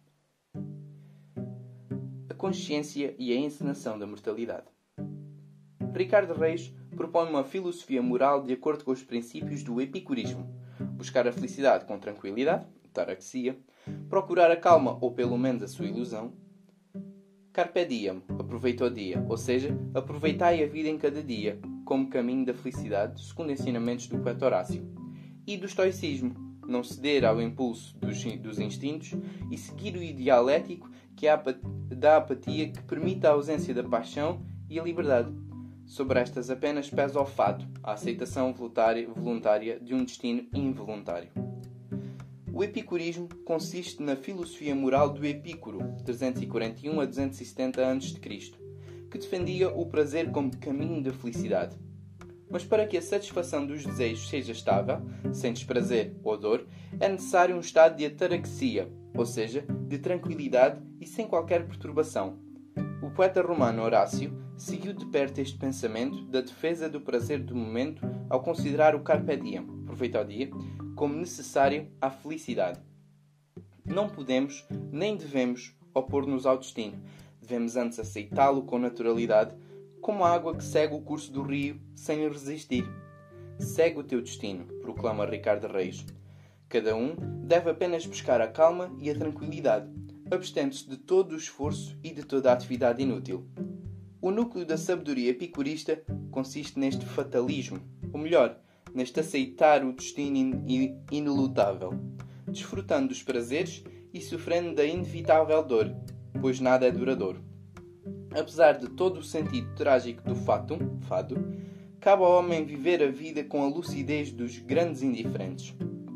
A consciência e a encenação da mortalidade. Ricardo Reis propõe uma filosofia moral de acordo com os princípios do epicurismo: buscar a felicidade com tranquilidade, ataraxia, procurar a calma ou pelo menos a sua ilusão. Carpe diem, aproveita o dia, ou seja, aproveitai a vida em cada dia, como caminho da felicidade, segundo ensinamentos do poeta Horácio. E do estoicismo, não ceder ao impulso dos, dos instintos e seguir o ideal ético que é a, da apatia que permite a ausência da paixão e a liberdade. Sobre estas apenas pesa o fado, a aceitação voluntária, voluntária de um destino involuntário. O epicurismo consiste na filosofia moral do Epícoro, trezentos e quarenta e um a duzentos e setenta antes de Cristo, que defendia o prazer como caminho da felicidade. Mas para que a satisfação dos desejos seja estável, sem desprazer ou dor, é necessário um estado de ataraxia, ou seja, de tranquilidade e sem qualquer perturbação. O poeta romano Horácio seguiu de perto este pensamento da defesa do prazer do momento ao considerar o carpe diem, aproveita o dia, como necessário à felicidade. Não podemos, nem devemos, opor-nos ao destino. Devemos antes aceitá-lo com naturalidade, como a água que segue o curso do rio sem lhe resistir. Segue o teu destino, proclama Ricardo Reis. Cada um deve apenas buscar a calma e a tranquilidade, abstendo-se de todo o esforço e de toda a atividade inútil. O núcleo da sabedoria epicurista consiste neste fatalismo, ou melhor, neste aceitar o destino in- inelutável, desfrutando dos prazeres e sofrendo da inevitável dor, pois nada é duradouro. Apesar de todo o sentido trágico do fatum, fado, cabe ao homem viver a vida com a lucidez dos grandes indiferentes.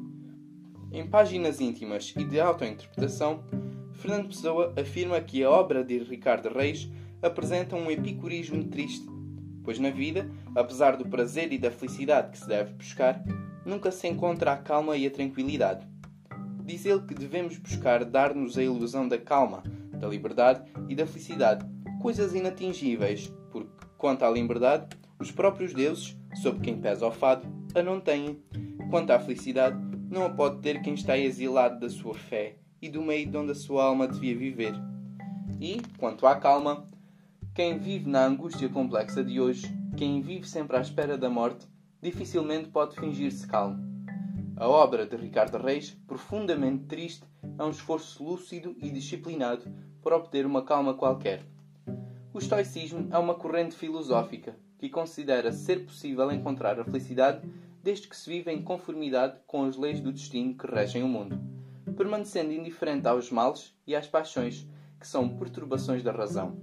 Em páginas íntimas e de autointerpretação, Fernando Pessoa afirma que a obra de Ricardo Reis apresenta um epicurismo triste, pois na vida, apesar do prazer e da felicidade que se deve buscar, nunca se encontra a calma e a tranquilidade. Diz ele que devemos buscar dar-nos a ilusão da calma, da liberdade e da felicidade, coisas inatingíveis, porque, quanto à liberdade, os próprios deuses, sob quem pesa o fado, a não têm. Quanto à felicidade, não a pode ter quem está exilado da sua fé e do meio de onde a sua alma devia viver. E, quanto à calma, quem vive na angústia complexa de hoje, quem vive sempre à espera da morte, dificilmente pode fingir-se calmo. A obra de Ricardo Reis, profundamente triste, é um esforço lúcido e disciplinado para obter uma calma qualquer. O estoicismo é uma corrente filosófica que considera ser possível encontrar a felicidade desde que se vive em conformidade com as leis do destino que regem o mundo, permanecendo indiferente aos males e às paixões, que são perturbações da razão.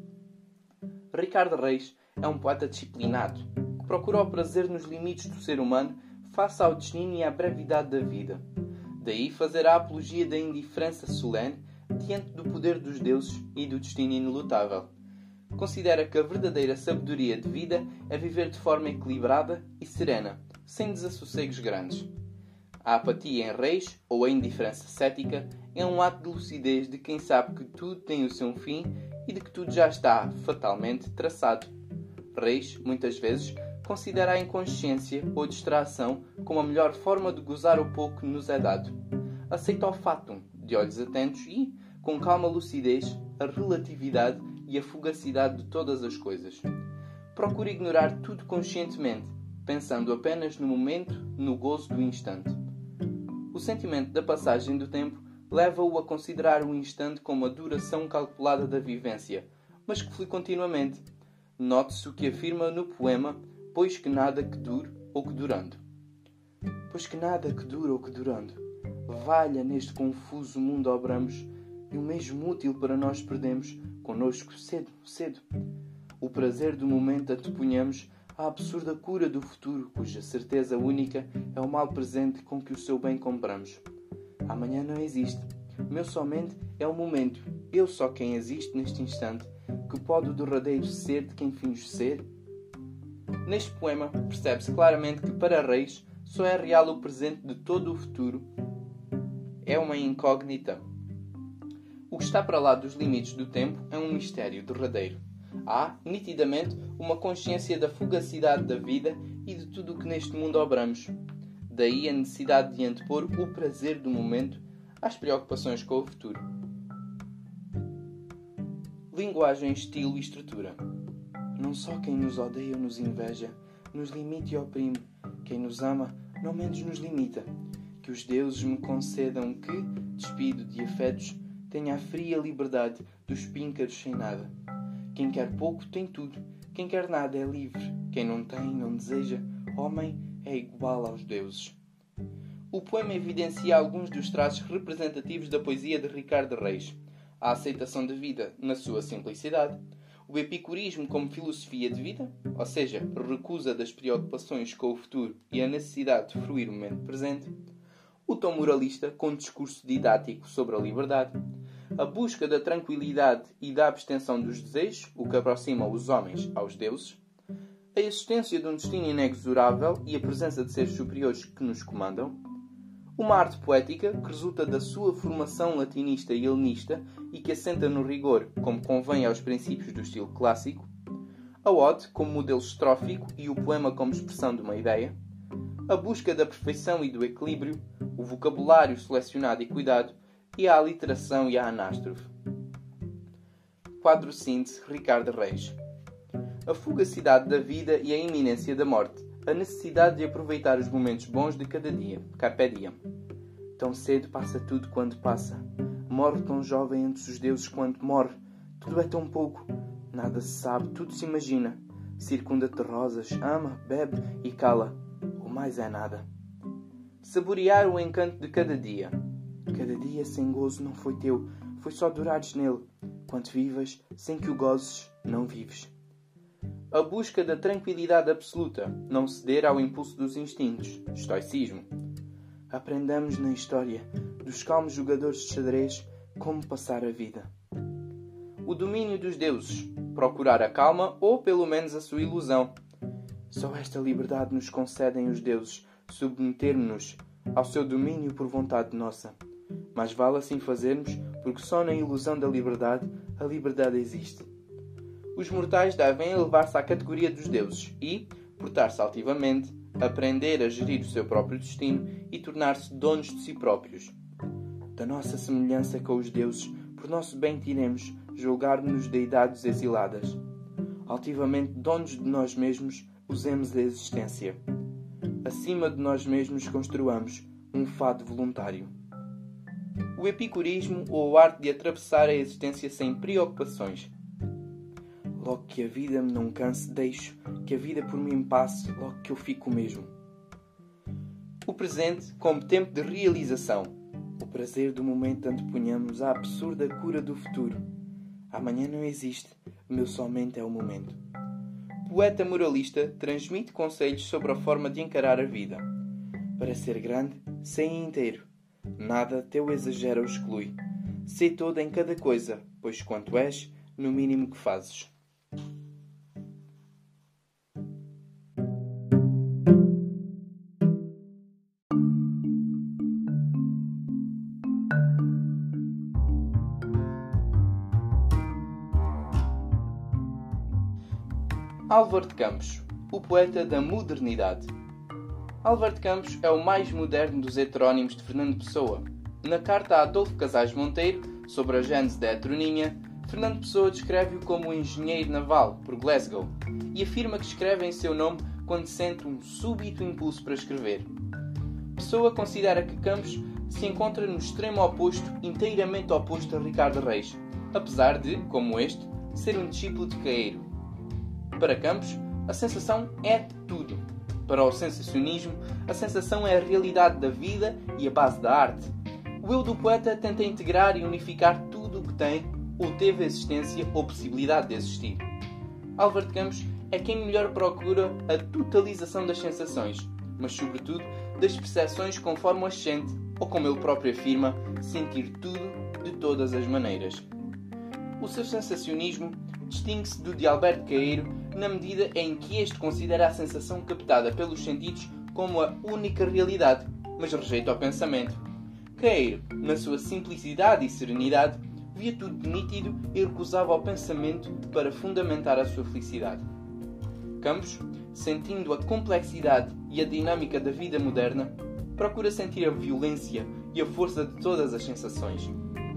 Ricardo Reis é um poeta disciplinado, que procura o prazer nos limites do ser humano face ao destino e à brevidade da vida. Daí fazer a apologia da indiferença solene diante do poder dos deuses e do destino inelutável. Considera que a verdadeira sabedoria de vida é viver de forma equilibrada e serena, sem desassossegos grandes. A apatia em Reis, ou a indiferença cética, é um ato de lucidez de quem sabe que tudo tem o seu fim e de que tudo já está, fatalmente, traçado. Reis, muitas vezes, considera a inconsciência ou distração como a melhor forma de gozar o pouco que nos é dado. Aceita o fatum, de olhos atentos e, com calma lucidez, a relatividade e a fugacidade de todas as coisas. Procura ignorar tudo conscientemente, pensando apenas no momento, no gozo do instante. O sentimento da passagem do tempo leva-o a considerar o instante como a duração calculada da vivência, mas que flui continuamente. Note-se o que afirma no poema Pois que nada que dure ou que durando. Pois que nada que dure ou que durando, valha neste confuso mundo obramos, e o mesmo útil para nós perdemos, conosco cedo, cedo. O prazer do momento anteponhamos à absurda cura do futuro, cuja certeza única é o mal presente com que o seu bem compramos. Amanhã não existe. O meu somente é o momento, eu só quem existe neste instante, que pode o derradeiro ser de quem finge ser. Neste poema percebe-se claramente que para Reis só é real o presente de todo o futuro. É uma incógnita. O que está para lá dos limites do tempo é um mistério derradeiro. Há, nitidamente, uma consciência da fugacidade da vida e de tudo o que neste mundo obramos. Daí a necessidade de antepor o prazer do momento às preocupações com o futuro. Linguagem, estilo e estrutura. Não só quem nos odeia ou nos inveja, nos limita e oprime. Quem nos ama, não menos nos limita. Que os deuses me concedam que, despido de afetos, tenha a fria liberdade dos píncaros sem nada. Quem quer pouco tem tudo, quem quer nada é livre. Quem não tem, não deseja, homem é igual aos deuses. O poema evidencia alguns dos traços representativos da poesia de Ricardo Reis. A aceitação da vida na sua simplicidade, o epicurismo como filosofia de vida, ou seja, recusa das preocupações com o futuro e a necessidade de fruir o momento presente, o tom moralista com discurso didático sobre a liberdade, a busca da tranquilidade e da abstenção dos desejos, o que aproxima os homens aos deuses, a existência de um destino inexorável e a presença de seres superiores que nos comandam, uma arte poética que resulta da sua formação latinista e helenista e que assenta no rigor, como convém aos princípios do estilo clássico, a ode como modelo estrófico e o poema como expressão de uma ideia, a busca da perfeição e do equilíbrio, o vocabulário selecionado e cuidado e à aliteração e à anástrofe. Quadro síntese Ricardo Reis. A fugacidade da vida e a iminência da morte. A necessidade de aproveitar os momentos bons de cada dia. Carpe diem. Tão cedo passa tudo quando passa. Morre tão jovem entre os deuses quando morre. Tudo é tão pouco. Nada se sabe, tudo se imagina. Circunda-te rosas, ama, bebe e cala. O mais é nada. Saborear o encanto de cada dia. Cada dia sem gozo não foi teu, foi só durares nele. Quando vivas, sem que o gozes, não vives. A busca da tranquilidade absoluta, não ceder ao impulso dos instintos, estoicismo. Aprendamos na história dos calmos jogadores de xadrez como passar a vida. O domínio dos deuses, procurar a calma ou pelo menos a sua ilusão. Só esta liberdade nos concedem os deuses, submetermos-nos ao seu domínio por vontade nossa. Mas vale assim fazermos, porque só na ilusão da liberdade a liberdade existe. Os mortais devem elevar-se à categoria dos deuses e, portar-se altivamente, aprender a gerir o seu próprio destino e tornar-se donos de si próprios. Da nossa semelhança com os deuses, por nosso bem tiremos julgar-nos deidades exiladas. Altivamente donos de nós mesmos, usemos a existência. Acima de nós mesmos construamos um fado voluntário. O epicurismo ou a arte de atravessar a existência sem preocupações. Logo que a vida me não canse, deixo que a vida por mim passe, logo que eu fico mesmo. O presente como tempo de realização. O prazer do momento anteponhamos à absurda cura do futuro. Amanhã não existe, o meu somente é o momento. Poeta moralista transmite conselhos sobre a forma de encarar a vida. Para ser grande, sem inteiro. Nada teu exagero exclui. Sê todo em cada coisa, pois quanto és, no mínimo que fazes. Álvaro de Campos, o poeta da modernidade. Álvaro de Campos é o mais moderno dos heterónimos de Fernando Pessoa. Na carta a Adolfo Casais Monteiro, sobre a gênese da heteronímia, Fernando Pessoa descreve-o como um engenheiro naval, por Glasgow, e afirma que escreve em seu nome quando sente um súbito impulso para escrever. Pessoa considera que Campos se encontra no extremo oposto, inteiramente oposto a Ricardo Reis, apesar de, como este, ser um discípulo de Caeiro. Para Campos, a sensação é tudo. Para o sensacionismo, a sensação é a realidade da vida e a base da arte. O eu do poeta tenta integrar e unificar tudo o que tem ou teve existência ou possibilidade de existir. Álvaro de Campos é quem melhor procura a totalização das sensações, mas sobretudo das percepções conforme as sente, ou como ele próprio afirma, sentir tudo de todas as maneiras. O seu sensacionismo distingue-se do de Alberto Caeiro na medida em que este considera a sensação captada pelos sentidos como a única realidade, mas rejeita o pensamento. Caeiro, na sua simplicidade e serenidade, via tudo nítido e recusava o pensamento para fundamentar a sua felicidade. Campos, sentindo a complexidade e a dinâmica da vida moderna, procura sentir a violência e a força de todas as sensações.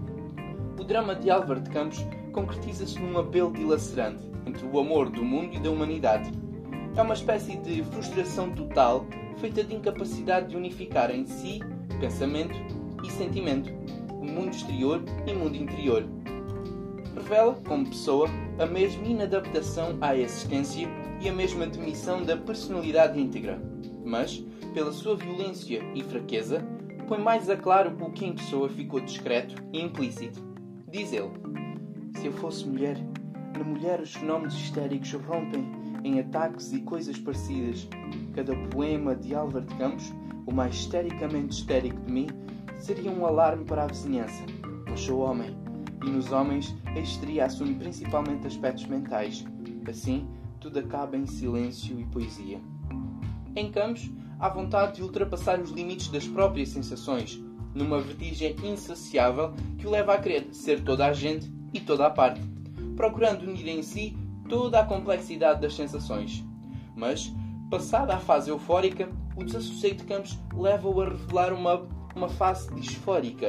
O drama de Álvaro de Campos concretiza-se num apelo dilacerante entre o amor do mundo e da humanidade. É uma espécie de frustração total feita de incapacidade de unificar em si pensamento e sentimento, o mundo exterior e o mundo interior. Revela, como pessoa, a mesma inadaptação à existência e a mesma demissão da personalidade íntegra, mas, pela sua violência e fraqueza, põe mais a claro o que em pessoa ficou discreto e implícito. Diz ele: se eu fosse mulher, na mulher os fenómenos histéricos rompem em ataques e coisas parecidas. Cada poema de Álvaro de Campos, o mais histericamente histérico de mim, seria um alarme para a vizinhança. Mas sou homem, e nos homens a histeria assume principalmente aspectos mentais. Assim, tudo acaba em silêncio e poesia. Em Campos, há vontade de ultrapassar os limites das próprias sensações, numa vertigem insaciável que o leva a querer ser toda a gente e toda a parte, procurando unir em si toda a complexidade das sensações. Mas, passada a fase eufórica, o desassossego de Campos leva-o a revelar uma, uma face disfórica,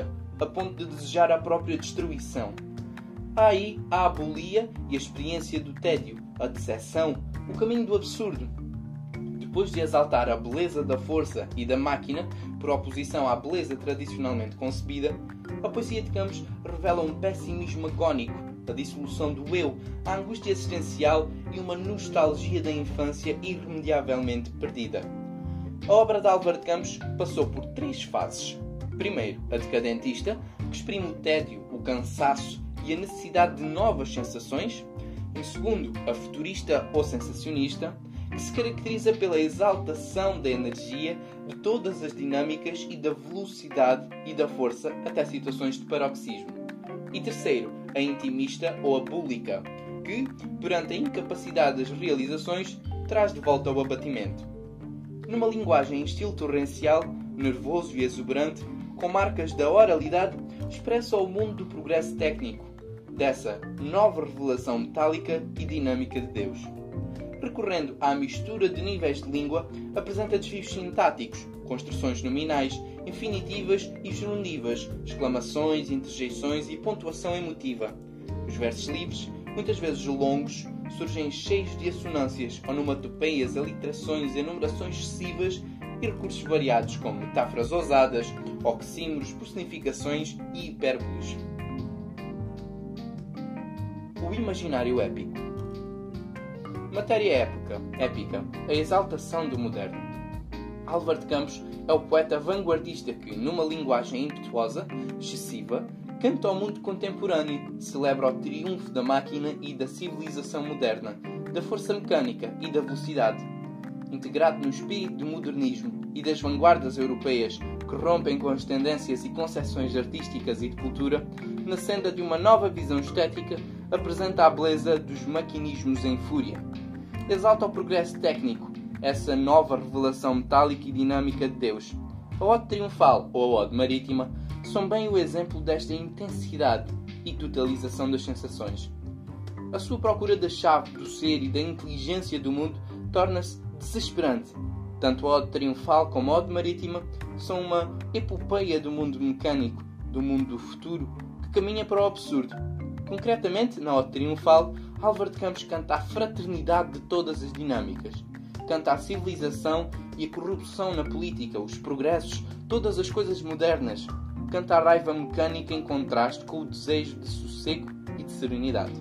a ponto de desejar a própria destruição. Há aí a abulia e a experiência do tédio, a decepção, o caminho do absurdo. Depois de exaltar a beleza da força e da máquina, por oposição à beleza tradicionalmente concebida, a poesia de Campos revela um pessimismo agónico, a dissolução do eu, a angústia existencial e uma nostalgia da infância irremediavelmente perdida. A obra de Álvaro de Campos passou por três fases. Primeiro, a decadentista, que exprime o tédio, o cansaço e a necessidade de novas sensações. Em segundo, a futurista ou sensacionista, que se caracteriza pela exaltação da energia, de todas as dinâmicas e da velocidade e da força até situações de paroxismo. E terceiro, a intimista ou a búlica, que, perante a incapacidade das realizações, traz de volta o abatimento. Numa linguagem em estilo torrencial, nervoso e exuberante, com marcas da oralidade, expressa o mundo do progresso técnico, dessa nova revelação metálica e dinâmica de Deus. Recorrendo à mistura de níveis de língua, apresenta desvios sintáticos, construções nominais, infinitivas e gerundivas, exclamações, interjeições e pontuação emotiva. Os versos livres, muitas vezes longos, surgem cheios de assonâncias, onomatopeias, aliterações, enumerações excessivas e recursos variados como metáforas ousadas, oxímoros, personificações e hipérboles. O imaginário épico. Matéria épica, épica, a exaltação do moderno. Álvaro de Campos é o poeta vanguardista que, numa linguagem impetuosa, excessiva, canta ao mundo contemporâneo, celebra o triunfo da máquina e da civilização moderna, da força mecânica e da velocidade. Integrado no espírito do modernismo e das vanguardas europeias que rompem com as tendências e concepções artísticas e de cultura, na senda de uma nova visão estética, apresenta a beleza dos maquinismos em fúria. Exalta o progresso técnico, essa nova revelação metálica e dinâmica de Deus. A ode triunfal ou a ode marítima são bem o exemplo desta intensidade e totalização das sensações. A sua procura da chave do ser e da inteligência do mundo torna-se desesperante. Tanto a ode triunfal como a ode marítima são uma epopeia do mundo mecânico, do mundo do futuro, que caminha para o absurdo. Concretamente, na ode triunfal, Álvaro de Campos canta a fraternidade de todas as dinâmicas. Canta a civilização e a corrupção na política, os progressos, todas as coisas modernas. Canta a raiva mecânica em contraste com o desejo de sossego e de serenidade.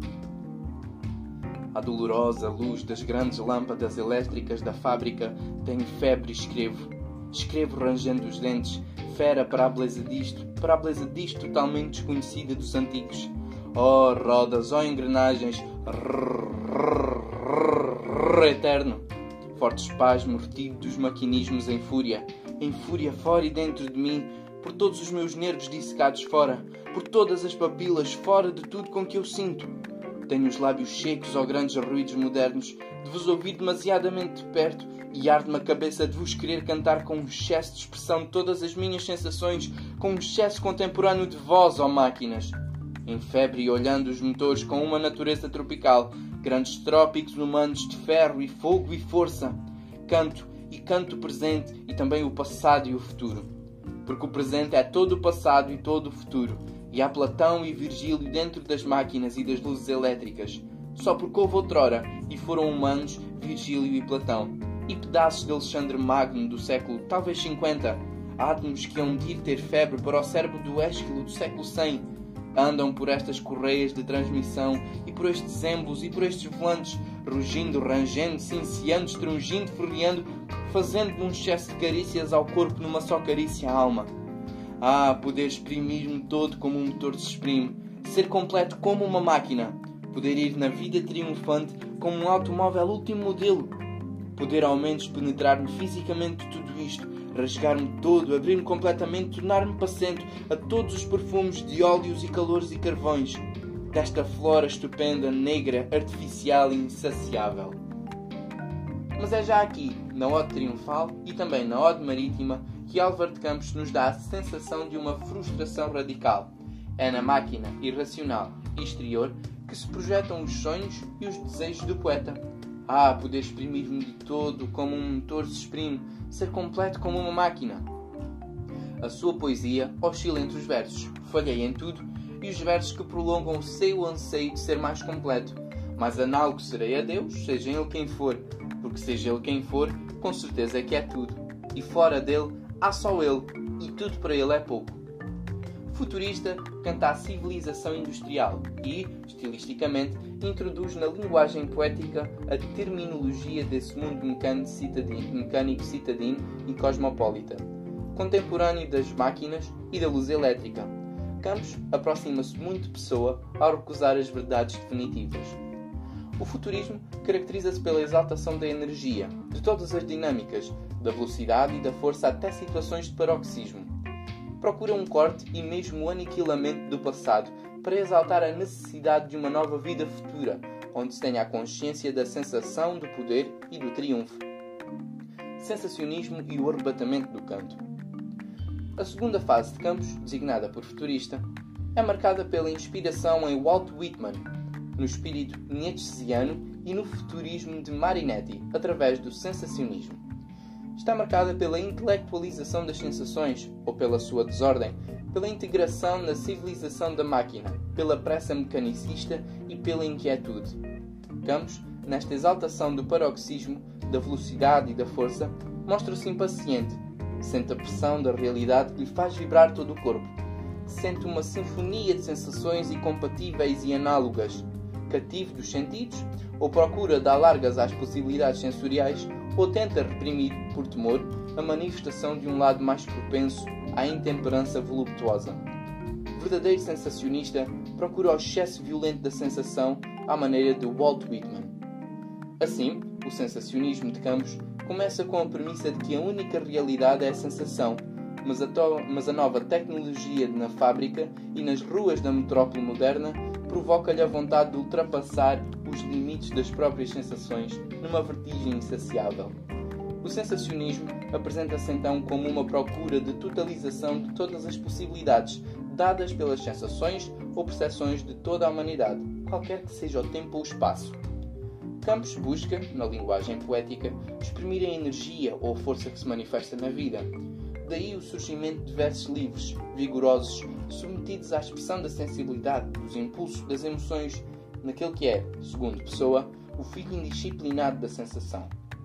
A dolorosa luz das grandes lâmpadas elétricas da fábrica tenho febre e escrevo. Escrevo rangendo os dentes, fera para a beleza disto, para a beleza disto totalmente desconhecida dos antigos. Oh rodas, oh engrenagens, rrr, rrr, rrr, eterno. Forte espasmo retido dos maquinismos em fúria, em fúria fora e dentro de mim, por todos os meus nervos dissecados fora, por todas as papilas fora de tudo com que eu sinto. Tenho os lábios secos aos grandes ruídos modernos, de vos ouvir demasiadamente de perto, e arde-me a cabeça de vos querer cantar com um excesso de expressão de todas as minhas sensações, com um excesso contemporâneo de vós, ó máquinas. Em febre e olhando os motores com uma natureza tropical, grandes trópicos humanos de ferro e fogo e força. Canto e canto o presente e também o passado e o futuro. Porque o presente é todo o passado e todo o futuro. E há Platão e Virgílio dentro das máquinas e das luzes elétricas. Só porque houve outrora, e foram humanos, Virgílio e Platão. E pedaços de Alexandre Magno do século, talvez cinquenta. Átomos que hão de ir ter febre para o cérebro do Ésquilo do século cem. Andam por estas correias de transmissão, e por estes êmbolos, e por estes volantes, rugindo, rangendo, cinciando, estrungindo, ferreando, fazendo um excesso de carícias ao corpo numa só carícia à alma. Ah, poder exprimir-me todo como um motor se exprime, ser completo como uma máquina, poder ir na vida triunfante como um automóvel último modelo, poder ao menos penetrar-me fisicamente de tudo isto, rasgar-me todo, abrir-me completamente, tornar-me paciente a todos os perfumes de óleos e calores e carvões, desta flora estupenda, negra, artificial e insaciável. Mas é já aqui, na ode triunfal e também na ode marítima, que Álvaro de Campos nos dá a sensação de uma frustração radical. É na máquina irracional e exterior que se projetam os sonhos e os desejos do poeta. Ah, poder exprimir-me de todo como um motor se exprime, ser completo como uma máquina. A sua poesia oscila entre os versos, falheia em tudo, e os versos que prolongam o seu anseio de ser mais completo. Mais análogo serei a Deus, seja ele quem for, porque seja ele quem for, com certeza é que é tudo. E fora dele, há só ele, e tudo para ele é pouco. Futurista canta a civilização industrial e, estilisticamente, introduz na linguagem poética a terminologia desse mundo mecânico citadino, mecânico citadino e cosmopolita, contemporâneo das máquinas e da luz elétrica. Campos aproxima-se muito de Pessoa ao recusar as verdades definitivas. O futurismo caracteriza-se pela exaltação da energia, de todas as dinâmicas, da velocidade e da força até situações de paroxismo. Procura um corte e mesmo o aniquilamento do passado para exaltar a necessidade de uma nova vida futura, onde se tenha a consciência da sensação do poder e do triunfo. Sensacionismo e o arrebatamento do canto. A segunda fase de Campos, designada por futurista, é marcada pela inspiração em Walt Whitman, no espírito nietzscheano e no futurismo de Marinetti, através do sensacionismo. Está marcada pela intelectualização das sensações, ou pela sua desordem, pela integração na civilização da máquina, pela pressa mecanicista e pela inquietude. Campos, nesta exaltação do paroxismo, da velocidade e da força, mostra-se impaciente, sente a pressão da realidade que lhe faz vibrar todo o corpo, sente uma sinfonia de sensações incompatíveis e análogas, cativo dos sentidos, ou procura dar largas às possibilidades sensoriais, ou tenta reprimir, por temor, a manifestação de um lado mais propenso à intemperança voluptuosa. O verdadeiro sensacionista procura o excesso violento da sensação à maneira de Walt Whitman. Assim, o sensacionismo de Campos começa com a premissa de que a única realidade é a sensação, mas a, to- mas a nova tecnologia na fábrica e nas ruas da metrópole moderna provoca-lhe a vontade de ultrapassar os limites das próprias sensações numa vertigem insaciável. O sensacionismo apresenta-se então como uma procura de totalização de todas as possibilidades dadas pelas sensações ou percepções de toda a humanidade, qualquer que seja o tempo ou o espaço. Campos busca, na linguagem poética, exprimir a energia ou a força que se manifesta na vida. Daí o surgimento de versos livres, vigorosos, submetidos à expressão da sensibilidade, dos impulsos, das emoções, naquele que é, segundo Pessoa, o filho indisciplinado da sensação.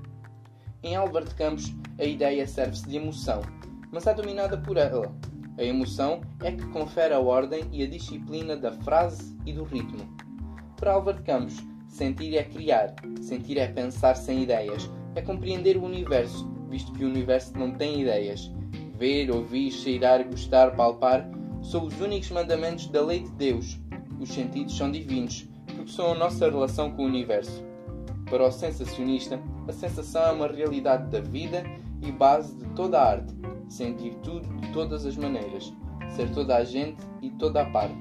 Em Álvaro de Campos, a ideia serve-se de emoção, mas é dominada por ela. A emoção é que confere a ordem e a disciplina da frase e do ritmo. Para Álvaro de Campos, sentir é criar, sentir é pensar sem ideias, é compreender o universo, visto que o universo não tem ideias. Ver, ouvir, cheirar, gostar, palpar, são os únicos mandamentos da lei de Deus. Os sentidos são divinos, porque são a nossa relação com o universo. Para o sensacionista, a sensação é uma realidade da vida e base de toda a arte. Sentir tudo de todas as maneiras, ser toda a gente e toda a parte.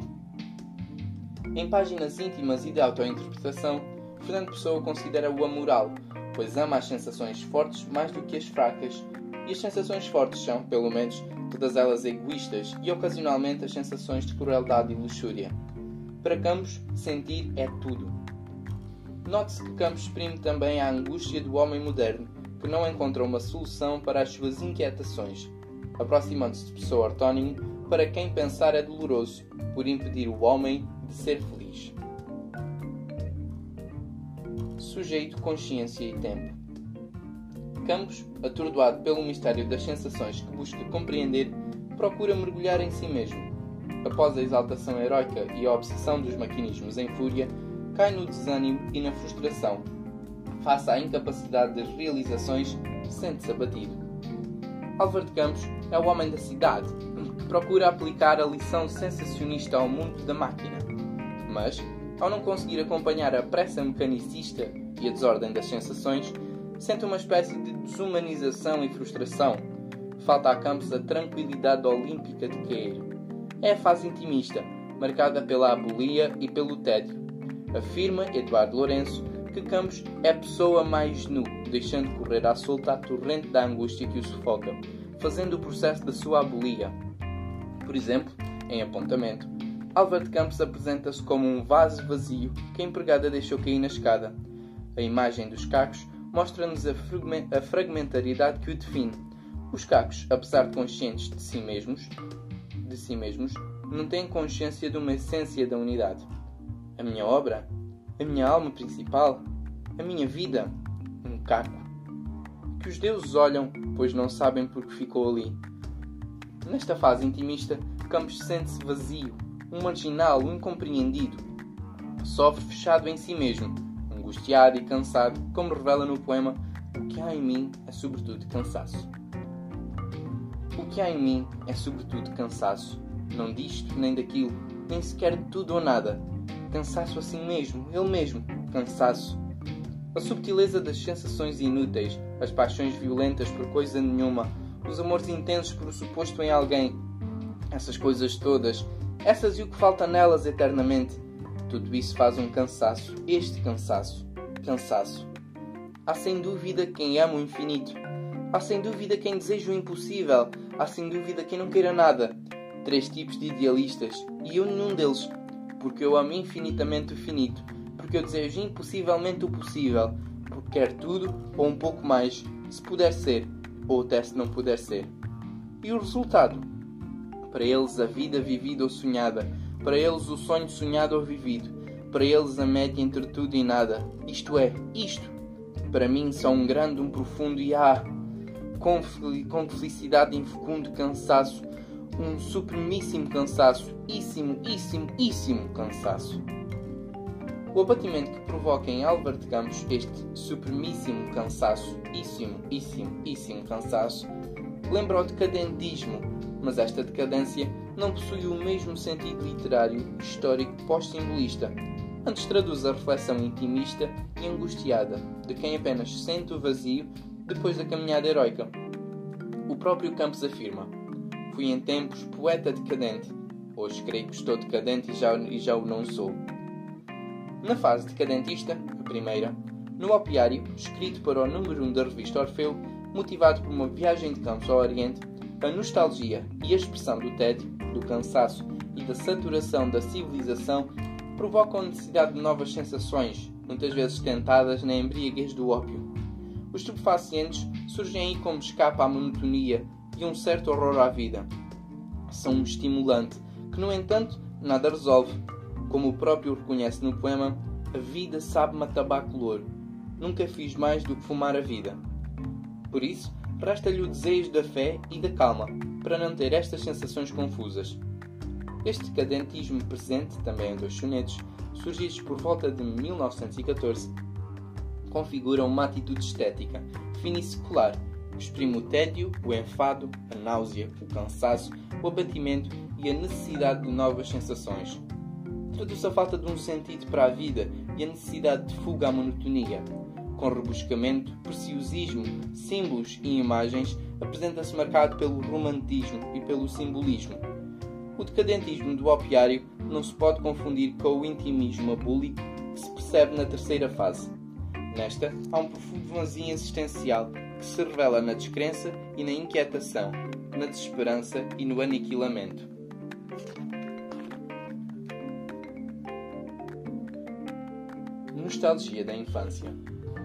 Em páginas íntimas e de autointerpretação, Fernando Pessoa considera-o amoral, pois ama as sensações fortes mais do que as fracas, e as sensações fortes são, pelo menos, todas elas egoístas e ocasionalmente as sensações de crueldade e luxúria. Para Campos, sentir é tudo. Note-se que Campos exprime também a angústia do homem moderno, que não encontra uma solução para as suas inquietações, aproximando-se de Pessoa ortónimo, para quem pensar é doloroso, por impedir o homem de ser feliz. Sujeito, consciência e tempo. Campos, atordoado pelo mistério das sensações que busca compreender, procura mergulhar em si mesmo. Após a exaltação heroica e a obsessão dos maquinismos em fúria, cai no desânimo e na frustração. Face à incapacidade das realizações, sente-se abatido. Álvaro de Campos é o homem da cidade, que procura aplicar a lição sensacionista ao mundo da máquina. Mas, ao não conseguir acompanhar a pressa mecanicista e a desordem das sensações, sente uma espécie de desumanização e frustração. Falta a Campos a tranquilidade olímpica de cair. É a fase intimista, marcada pela abulia e pelo tédio. Afirma Eduardo Lourenço que Campos é a pessoa mais nu, deixando correr à solta a torrente da angústia que o sufoca, fazendo o processo da sua abulia. Por exemplo, em Apontamento, Álvaro de Campos apresenta-se como um vaso vazio que a empregada deixou cair na escada. A imagem dos cacos mostra-nos a fragmentariedade que o define. Os cacos, apesar de conscientes de si mesmos, de si mesmos, não têm consciência de uma essência da unidade. A minha obra, a minha alma principal, a minha vida, um caco. Que os deuses olham, pois não sabem por que ficou ali. Nesta fase intimista, Campos sente-se vazio, um marginal, um incompreendido. Sofre fechado em si mesmo, angustiado e cansado, como revela no poema O que há em mim é sobretudo cansaço. O que há em mim é sobretudo cansaço, não disto nem daquilo, nem sequer de tudo ou nada. Cansaço assim mesmo, ele mesmo, cansaço. A subtileza das sensações inúteis, as paixões violentas por coisa nenhuma, os amores intensos por o suposto em alguém, essas coisas todas, essas e o que falta nelas eternamente, tudo isso faz um cansaço, este cansaço, cansaço. Há sem dúvida quem ama o infinito, há sem dúvida quem deseja o impossível, há sem dúvida quem não queira nada. Três tipos de idealistas, e eu nenhum deles, porque eu amo infinitamente o finito, porque eu desejo impossivelmente o possível, porque quero tudo ou um pouco mais, se puder ser, ou até se não puder ser. E o resultado? Para eles a vida vivida ou sonhada, para eles o sonho sonhado ou vivido, para eles a média entre tudo e nada, isto é, isto. Para mim só um grande, um profundo e ah, com, com felicidade infecundo cansaço, um supremíssimo cansaço, íssimo, íssimo, íssimo cansaço. O abatimento que provoca em Albert Campos este supremíssimo cansaço, íssimo, íssimo, íssimo cansaço, lembra o decadentismo, mas esta decadência não possui o mesmo sentido literário, histórico, pós-simbolista. Antes traduz a reflexão intimista e angustiada de quem apenas sente o vazio depois da caminhada heroica. O próprio Campos afirma: fui em tempos poeta decadente, hoje creio que estou decadente e já, e já o não sou. Na fase decadentista, a primeira, no Opiário, escrito para o número um da revista Orfeu, motivado por uma viagem de Campos ao Oriente, a nostalgia e a expressão do tédio, do cansaço e da saturação da civilização provocam a necessidade de novas sensações, muitas vezes tentadas na embriaguez do ópio. Os estupefacientes surgem aí como escape à monotonia e um certo horror à vida. São um estimulante que, no entanto, nada resolve. Como o próprio reconhece no poema, a vida sabe-me a tabaco louro. Nunca fiz mais do que fumar a vida. Por isso, resta-lhe o desejo da fé e da calma, para não ter estas sensações confusas. Este decadentismo presente, também em dois sonetos, surgidos por volta de mil novecentos e catorze, configura uma atitude estética, fina e secular, que exprime o tédio, o enfado, a náusea, o cansaço, o abatimento e a necessidade de novas sensações. Traduz a falta de um sentido para a vida e a necessidade de fuga à monotonia. Com rebuscamento, preciosismo, símbolos e imagens, apresenta-se marcado pelo romantismo e pelo simbolismo. O decadentismo do Opiário não se pode confundir com o intimismo abúlico que se percebe na terceira fase. Nesta, há um profundo vazio existencial que se revela na descrença e na inquietação, na desesperança e no aniquilamento. Nostalgia da infância.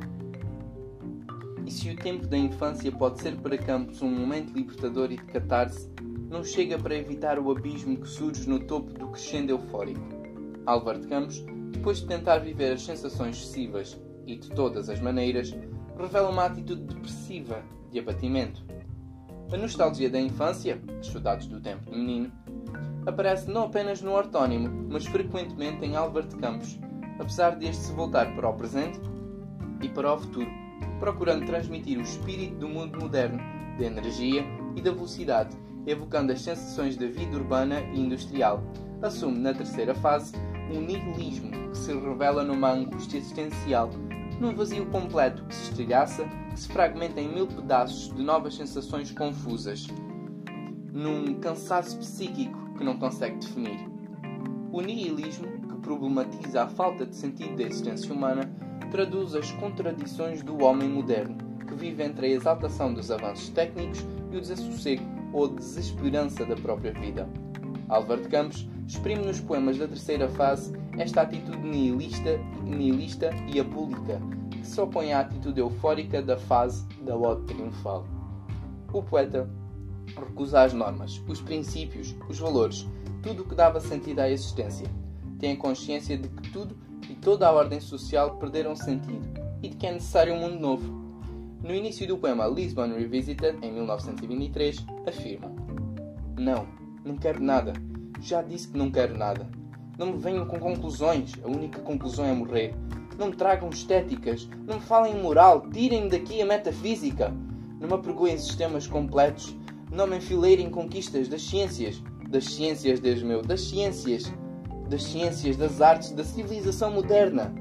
E se o tempo da infância pode ser para Campos um momento libertador e de catarse, não chega para evitar o abismo que surge no topo do crescendo eufórico. Álvaro de Campos, depois de tentar viver as sensações excessivas e de todas as maneiras, revela uma atitude depressiva de abatimento. A nostalgia da infância, as saudades do tempo do menino, aparece não apenas no ortónimo, mas frequentemente em Álvaro de Campos, apesar deste se voltar para o presente e para o futuro, procurando transmitir o espírito do mundo moderno, da energia e da velocidade, evocando as sensações da vida urbana e industrial. Assume, na terceira fase, um nihilismo que se revela numa angústia existencial, num vazio completo que se estilhaça, que se fragmenta em mil pedaços de novas sensações confusas, num cansaço psíquico que não consegue definir. O nihilismo, que problematiza a falta de sentido da existência humana, traduz as contradições do homem moderno, que vive entre a exaltação dos avanços técnicos e o desassossego ou desesperança da própria vida. Álvaro de Campos exprime nos poemas da terceira fase esta atitude nihilista, nihilista e abúlica, que se opõe à atitude eufórica da fase da ode triunfal. O poeta recusa as normas, os princípios, os valores, tudo o que dava sentido à existência. Tem a consciência de que tudo e toda a ordem social perderam sentido e de que é necessário um mundo novo. No início do poema Lisbon Revisited, em mil novecentos e vinte e três, afirma: Não, não quero nada. Já disse que não quero nada. Não me venham com conclusões. A única conclusão é morrer. Não me tragam estéticas. Não me falem em moral. Tirem-me daqui a metafísica. Não me apregoem sistemas completos. Não me enfileirem em conquistas das ciências. Das ciências, Deus meu. Das ciências. Das ciências, das artes, da civilização moderna.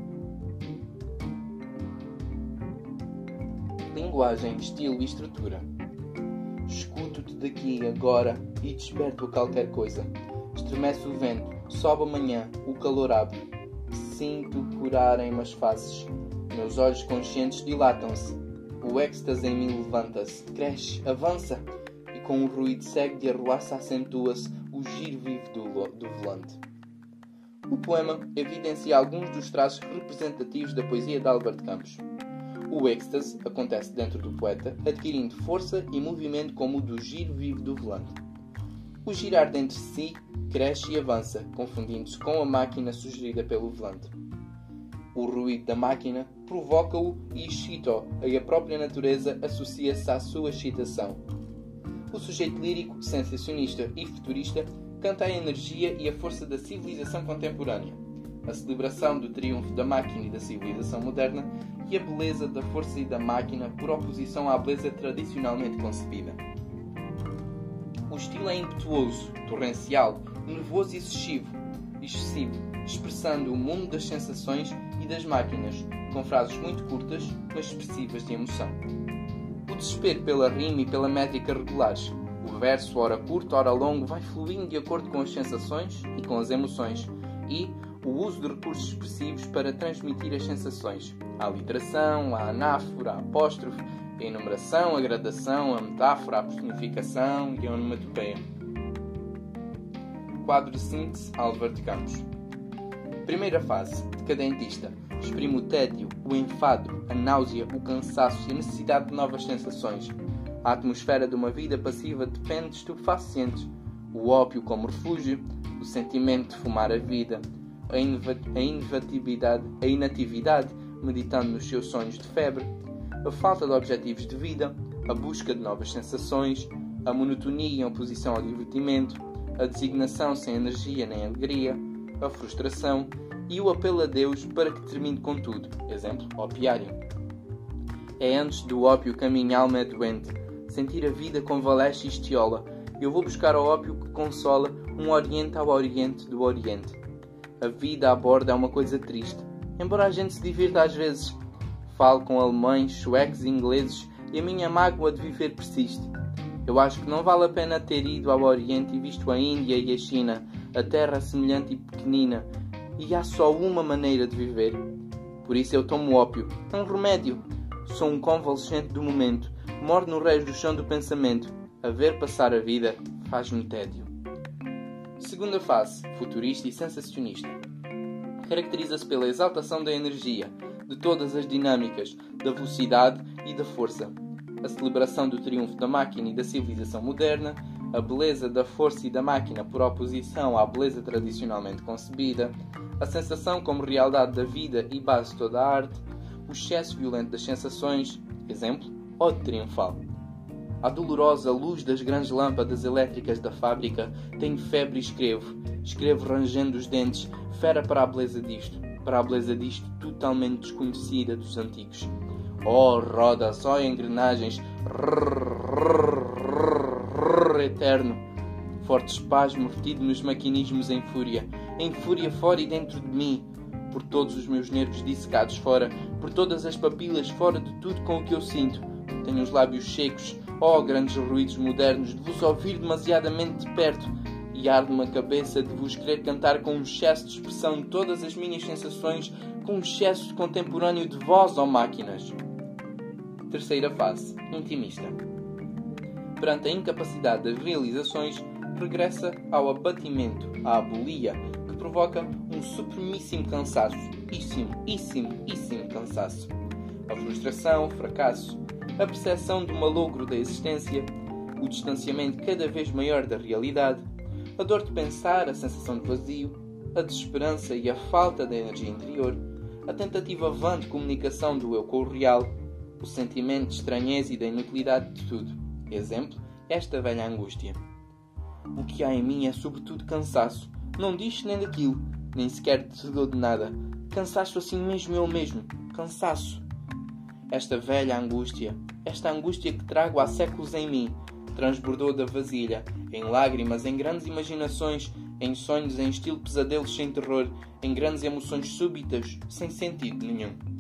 Linguagem, estilo e estrutura. Escuto-te daqui agora e desperto a qualquer coisa. Estremece o vento, sobe amanhã, o calor abre. Sinto curarem-me as faces. Meus olhos conscientes dilatam-se. O êxtase em mim levanta-se, cresce, avança. E com o ruído cego de arruaça acentua-se o giro vivo do, do volante. O poema evidencia alguns dos traços representativos da poesia de Albert Camus. O êxtase acontece dentro do poeta, adquirindo força e movimento como o do giro vivo do volante. O girar dentro de si cresce e avança, confundindo-se com a máquina sugerida pelo volante. O ruído da máquina provoca-o e excita-o, e a própria natureza associa-se à sua excitação. O sujeito lírico, sensacionista e futurista canta a energia e a força da civilização contemporânea, a celebração do triunfo da máquina e da civilização moderna e a beleza da força e da máquina por oposição à beleza tradicionalmente concebida. O estilo é impetuoso, torrencial, nervoso e excessivo, excessivo, expressando o mundo das sensações e das máquinas, com frases muito curtas, mas expressivas de emoção. O desespero pela rima e pela métrica regulares. O verso, ora curto, ora longo, vai fluindo de acordo com as sensações e com as emoções, e o uso de recursos expressivos para transmitir as sensações. A aliteração, a anáfora, a apóstrofe, a enumeração, a gradação, a metáfora, a personificação e a onomatopeia. Quadro de síntese, Albert Camus. Primeira fase, decadentista. Exprime o tédio, o enfado, a náusea, o cansaço e a necessidade de novas sensações. A atmosfera de uma vida passiva depende de estupefacientes. O ópio como refúgio, o sentimento de fumar a vida, a, inva- a inevitabilidade, a inatividade, meditando nos seus sonhos de febre, a falta de objetivos de vida, a busca de novas sensações, a monotonia em oposição ao divertimento, a designação sem energia nem alegria, a frustração e o apelo a Deus para que termine com tudo. Exemplo, opiário. É antes do ópio que a minha alma é doente. Sentir a vida convalesce e estiola. Eu vou buscar ao ópio que consola um oriente ao oriente do oriente. A vida à borda é uma coisa triste, embora a gente se divirta às vezes. Falo com alemães, suecos e ingleses e a minha mágoa de viver persiste. Eu acho que não vale a pena ter ido ao Oriente e visto a Índia e a China, a terra semelhante e pequenina, e há só uma maneira de viver. Por isso eu tomo ópio, é um remédio. Sou um convalescente do momento, moro no reis do chão do pensamento. A ver passar a vida faz-me tédio. Segunda fase, futurista e sensacionista. Caracteriza-se pela exaltação da energia, de todas as dinâmicas, da velocidade e da força. A celebração do triunfo da máquina e da civilização moderna, a beleza da força e da máquina por oposição à beleza tradicionalmente concebida, a sensação como realidade da vida e base de toda a arte, o excesso violento das sensações, exemplo, ode triunfal. À dolorosa luz das grandes lâmpadas elétricas da fábrica, tenho febre e escrevo, escrevo rangendo os dentes, fera para a beleza disto, para a beleza disto totalmente desconhecida dos antigos. Oh, rodas, oh, engrenagens, rrr, rrr, rrr, eterno. Forte espasmo retido nos maquinismos em fúria, em fúria fora e dentro de mim, por todos os meus nervos dissecados fora, por todas as papilas fora de tudo com o que eu sinto. Tenho os lábios secos, oh, grandes ruídos modernos, de vos ouvir demasiadamente de perto, e arde-me a cabeça de vos querer cantar com um excesso de expressão de todas as minhas sensações, com um excesso contemporâneo de vós, ó máquinas. Terceira fase, intimista. Perante a incapacidade das realizações, regressa ao abatimento, à abulia, que provoca um supremíssimo cansaço, íssimo, íssimo, íssimo cansaço. A frustração, o fracasso, a percepção do malogro da existência, o distanciamento cada vez maior da realidade, a dor de pensar, a sensação de vazio, a desesperança e a falta de energia interior, a tentativa vã de comunicação do eu com o real, o sentimento de estranheza e da inutilidade de tudo. Exemplo, esta velha angústia. O que há em mim é sobretudo cansaço. Não disto nem daquilo, nem sequer te dou de nada. Cansaço assim mesmo eu mesmo. Cansaço. Esta velha angústia, esta angústia que trago há séculos em mim, transbordou da vasilha, em lágrimas, em grandes imaginações, em sonhos, em estilo pesadelos sem terror, em grandes emoções súbitas, sem sentido nenhum.